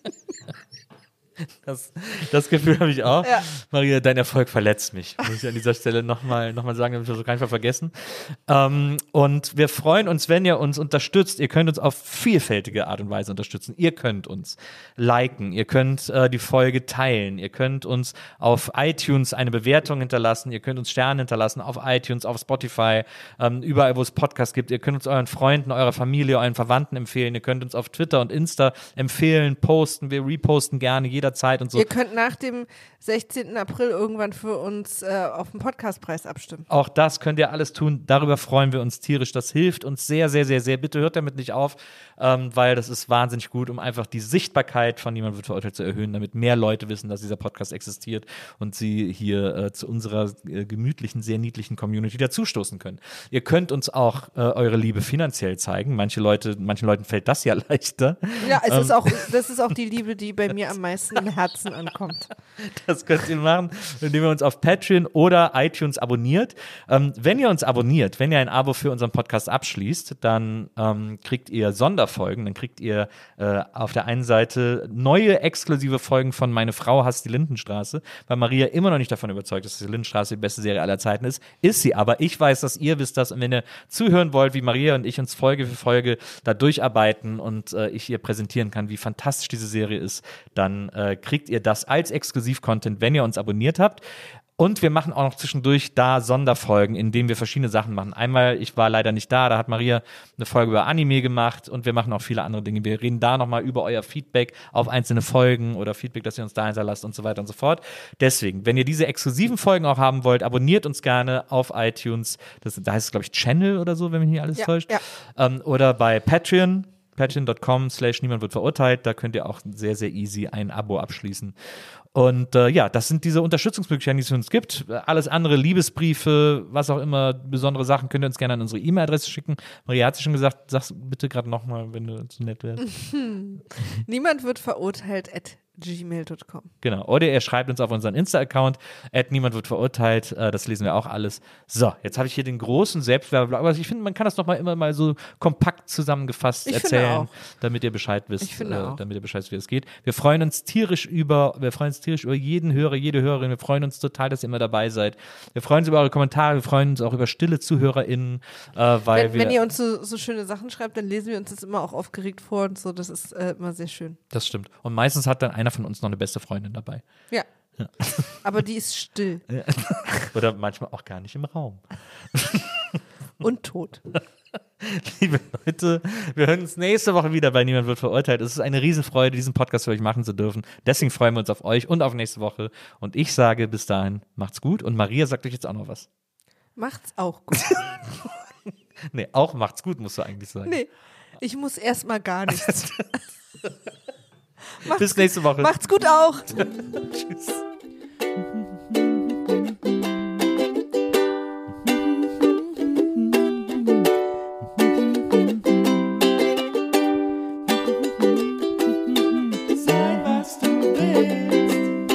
Das Gefühl habe ich auch. Ja. Maria, dein Erfolg verletzt mich. Muss ich an dieser Stelle nochmal sagen, damit wir das auf keinen Fall vergessen. Und wir freuen uns, wenn ihr uns unterstützt. Ihr könnt uns auf vielfältige Art und Weise unterstützen. Ihr könnt uns liken, ihr könnt die Folge teilen, ihr könnt uns auf iTunes eine Bewertung hinterlassen, ihr könnt uns Sterne hinterlassen auf iTunes, auf Spotify, überall, wo es Podcasts gibt. Ihr könnt uns euren Freunden, eurer Familie, euren Verwandten empfehlen. Ihr könnt uns auf Twitter und Insta empfehlen, posten. Wir reposten gerne jederzeit und so. Ihr könnt nach dem 16. April irgendwann für uns auf den Podcastpreis abstimmen. Auch das könnt ihr alles tun. Darüber freuen wir uns tierisch. Das hilft uns sehr, sehr, sehr, sehr. Bitte hört damit nicht auf, weil das ist wahnsinnig gut, um einfach die Sichtbarkeit von Niemand wird verurteilt zu erhöhen, damit mehr Leute wissen, dass dieser Podcast existiert und sie hier zu unserer gemütlichen, sehr niedlichen Community dazustoßen können. Ihr könnt uns auch eure Liebe finanziell zeigen. Manchen Leuten fällt das ja leichter. Ja, das ist auch die Liebe, die bei mir am meisten im Herzen ankommt. Das könnt ihr machen, indem ihr uns auf Patreon oder iTunes abonniert. Wenn ihr uns abonniert, wenn ihr ein Abo für unseren Podcast abschließt, dann kriegt ihr Sonderfolgen, dann kriegt ihr auf der einen Seite neue exklusive Folgen von Meine Frau hasst die Lindenstraße, weil Maria immer noch nicht davon überzeugt ist, dass die Lindenstraße die beste Serie aller Zeiten ist. Ist sie aber. Ich weiß, dass ihr wisst das. Und wenn ihr zuhören wollt, wie Maria und ich uns Folge für Folge da durcharbeiten und ich ihr präsentieren kann, wie fantastisch diese Serie ist, dann kriegt ihr das als Exklusiv-Content, wenn ihr uns abonniert habt. Und wir machen auch noch zwischendurch da Sonderfolgen, in denen wir verschiedene Sachen machen. Einmal, ich war leider nicht da hat Maria eine Folge über Anime gemacht und wir machen auch viele andere Dinge. Wir reden da nochmal über euer Feedback auf einzelne Folgen oder Feedback, das ihr uns da hinterlasst und so weiter und so fort. Deswegen, wenn ihr diese exklusiven Folgen auch haben wollt, abonniert uns gerne auf iTunes. Da heißt es, glaube ich, Channel oder so, wenn mich nicht alles täuscht. Ja. Oder bei patreon.com/niemand wird verurteilt. Da könnt ihr auch sehr, sehr easy ein Abo abschließen. Und das sind diese Unterstützungsmöglichkeiten, die es für uns gibt. Alles andere, Liebesbriefe, was auch immer, besondere Sachen, könnt ihr uns gerne an unsere E-Mail-Adresse schicken. Maria hat sie schon gesagt, sag's bitte gerade nochmal, wenn du zu nett wärst. Niemand wird verurteilt @gmail.com. Genau. Oder ihr schreibt uns auf unseren Insta-Account @niemand wird verurteilt. Das lesen wir auch alles. So, jetzt habe ich hier den großen Selbstwerbeblock. Aber ich finde, man kann das noch mal immer mal so kompakt zusammengefasst erzählen, damit ihr Bescheid wisst, wie es geht. Wir freuen uns tierisch über jeden Hörer, jede Hörerin. Wir freuen uns total, dass ihr immer dabei seid. Wir freuen uns über eure Kommentare. Wir freuen uns auch über stille ZuhörerInnen, wenn ihr uns so schöne Sachen schreibt, dann lesen wir uns das immer auch aufgeregt vor und so. Das ist immer sehr schön. Das stimmt. Und meistens hat dann einer von uns noch eine beste Freundin dabei. Ja. Aber die ist still. Ja. Oder manchmal auch gar nicht im Raum. Und tot. Liebe Leute, wir hören uns nächste Woche wieder bei Niemand wird verurteilt. Es ist eine Riesenfreude, diesen Podcast für euch machen zu dürfen. Deswegen freuen wir uns auf euch und auf nächste Woche. Und ich sage bis dahin, macht's gut. Und Maria sagt euch jetzt auch noch was. Macht's auch gut. Nee, auch macht's gut, musst du eigentlich sagen. Nee, ich muss erstmal gar nichts. Bis nächste Woche. Macht's gut auch. Tschüss. Sei, was du willst.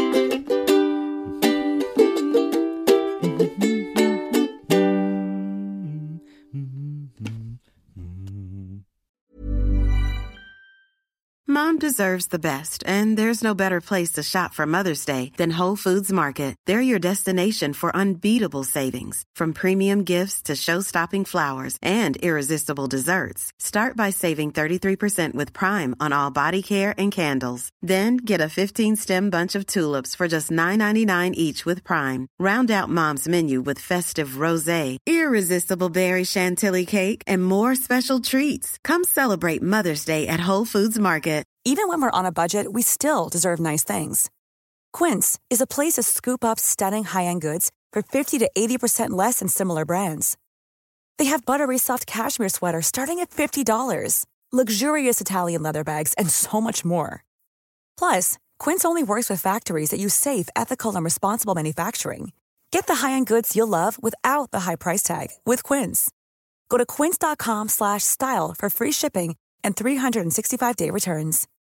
Mom deserves the best, and there's no better place to shop for Mother's Day than Whole Foods Market. They're your destination for unbeatable savings, from premium gifts to show-stopping flowers and irresistible desserts. Start by saving 33% with Prime on all body care and candles. Then get a 15-stem bunch of tulips for just $9.99 each with Prime. Round out Mom's menu with festive rosé, irresistible berry chantilly cake, and more special treats. Come celebrate Mother's Day at Whole Foods Market. Even when we're on a budget, we still deserve nice things. Quince is a place to scoop up stunning high-end goods for 50 to 80% less than similar brands. They have buttery soft cashmere sweaters starting at $50, luxurious Italian leather bags, and so much more. Plus, Quince only works with factories that use safe, ethical, and responsible manufacturing. Get the high-end goods you'll love without the high price tag with Quince. Go to quince.com/style for free shipping and 365-day returns.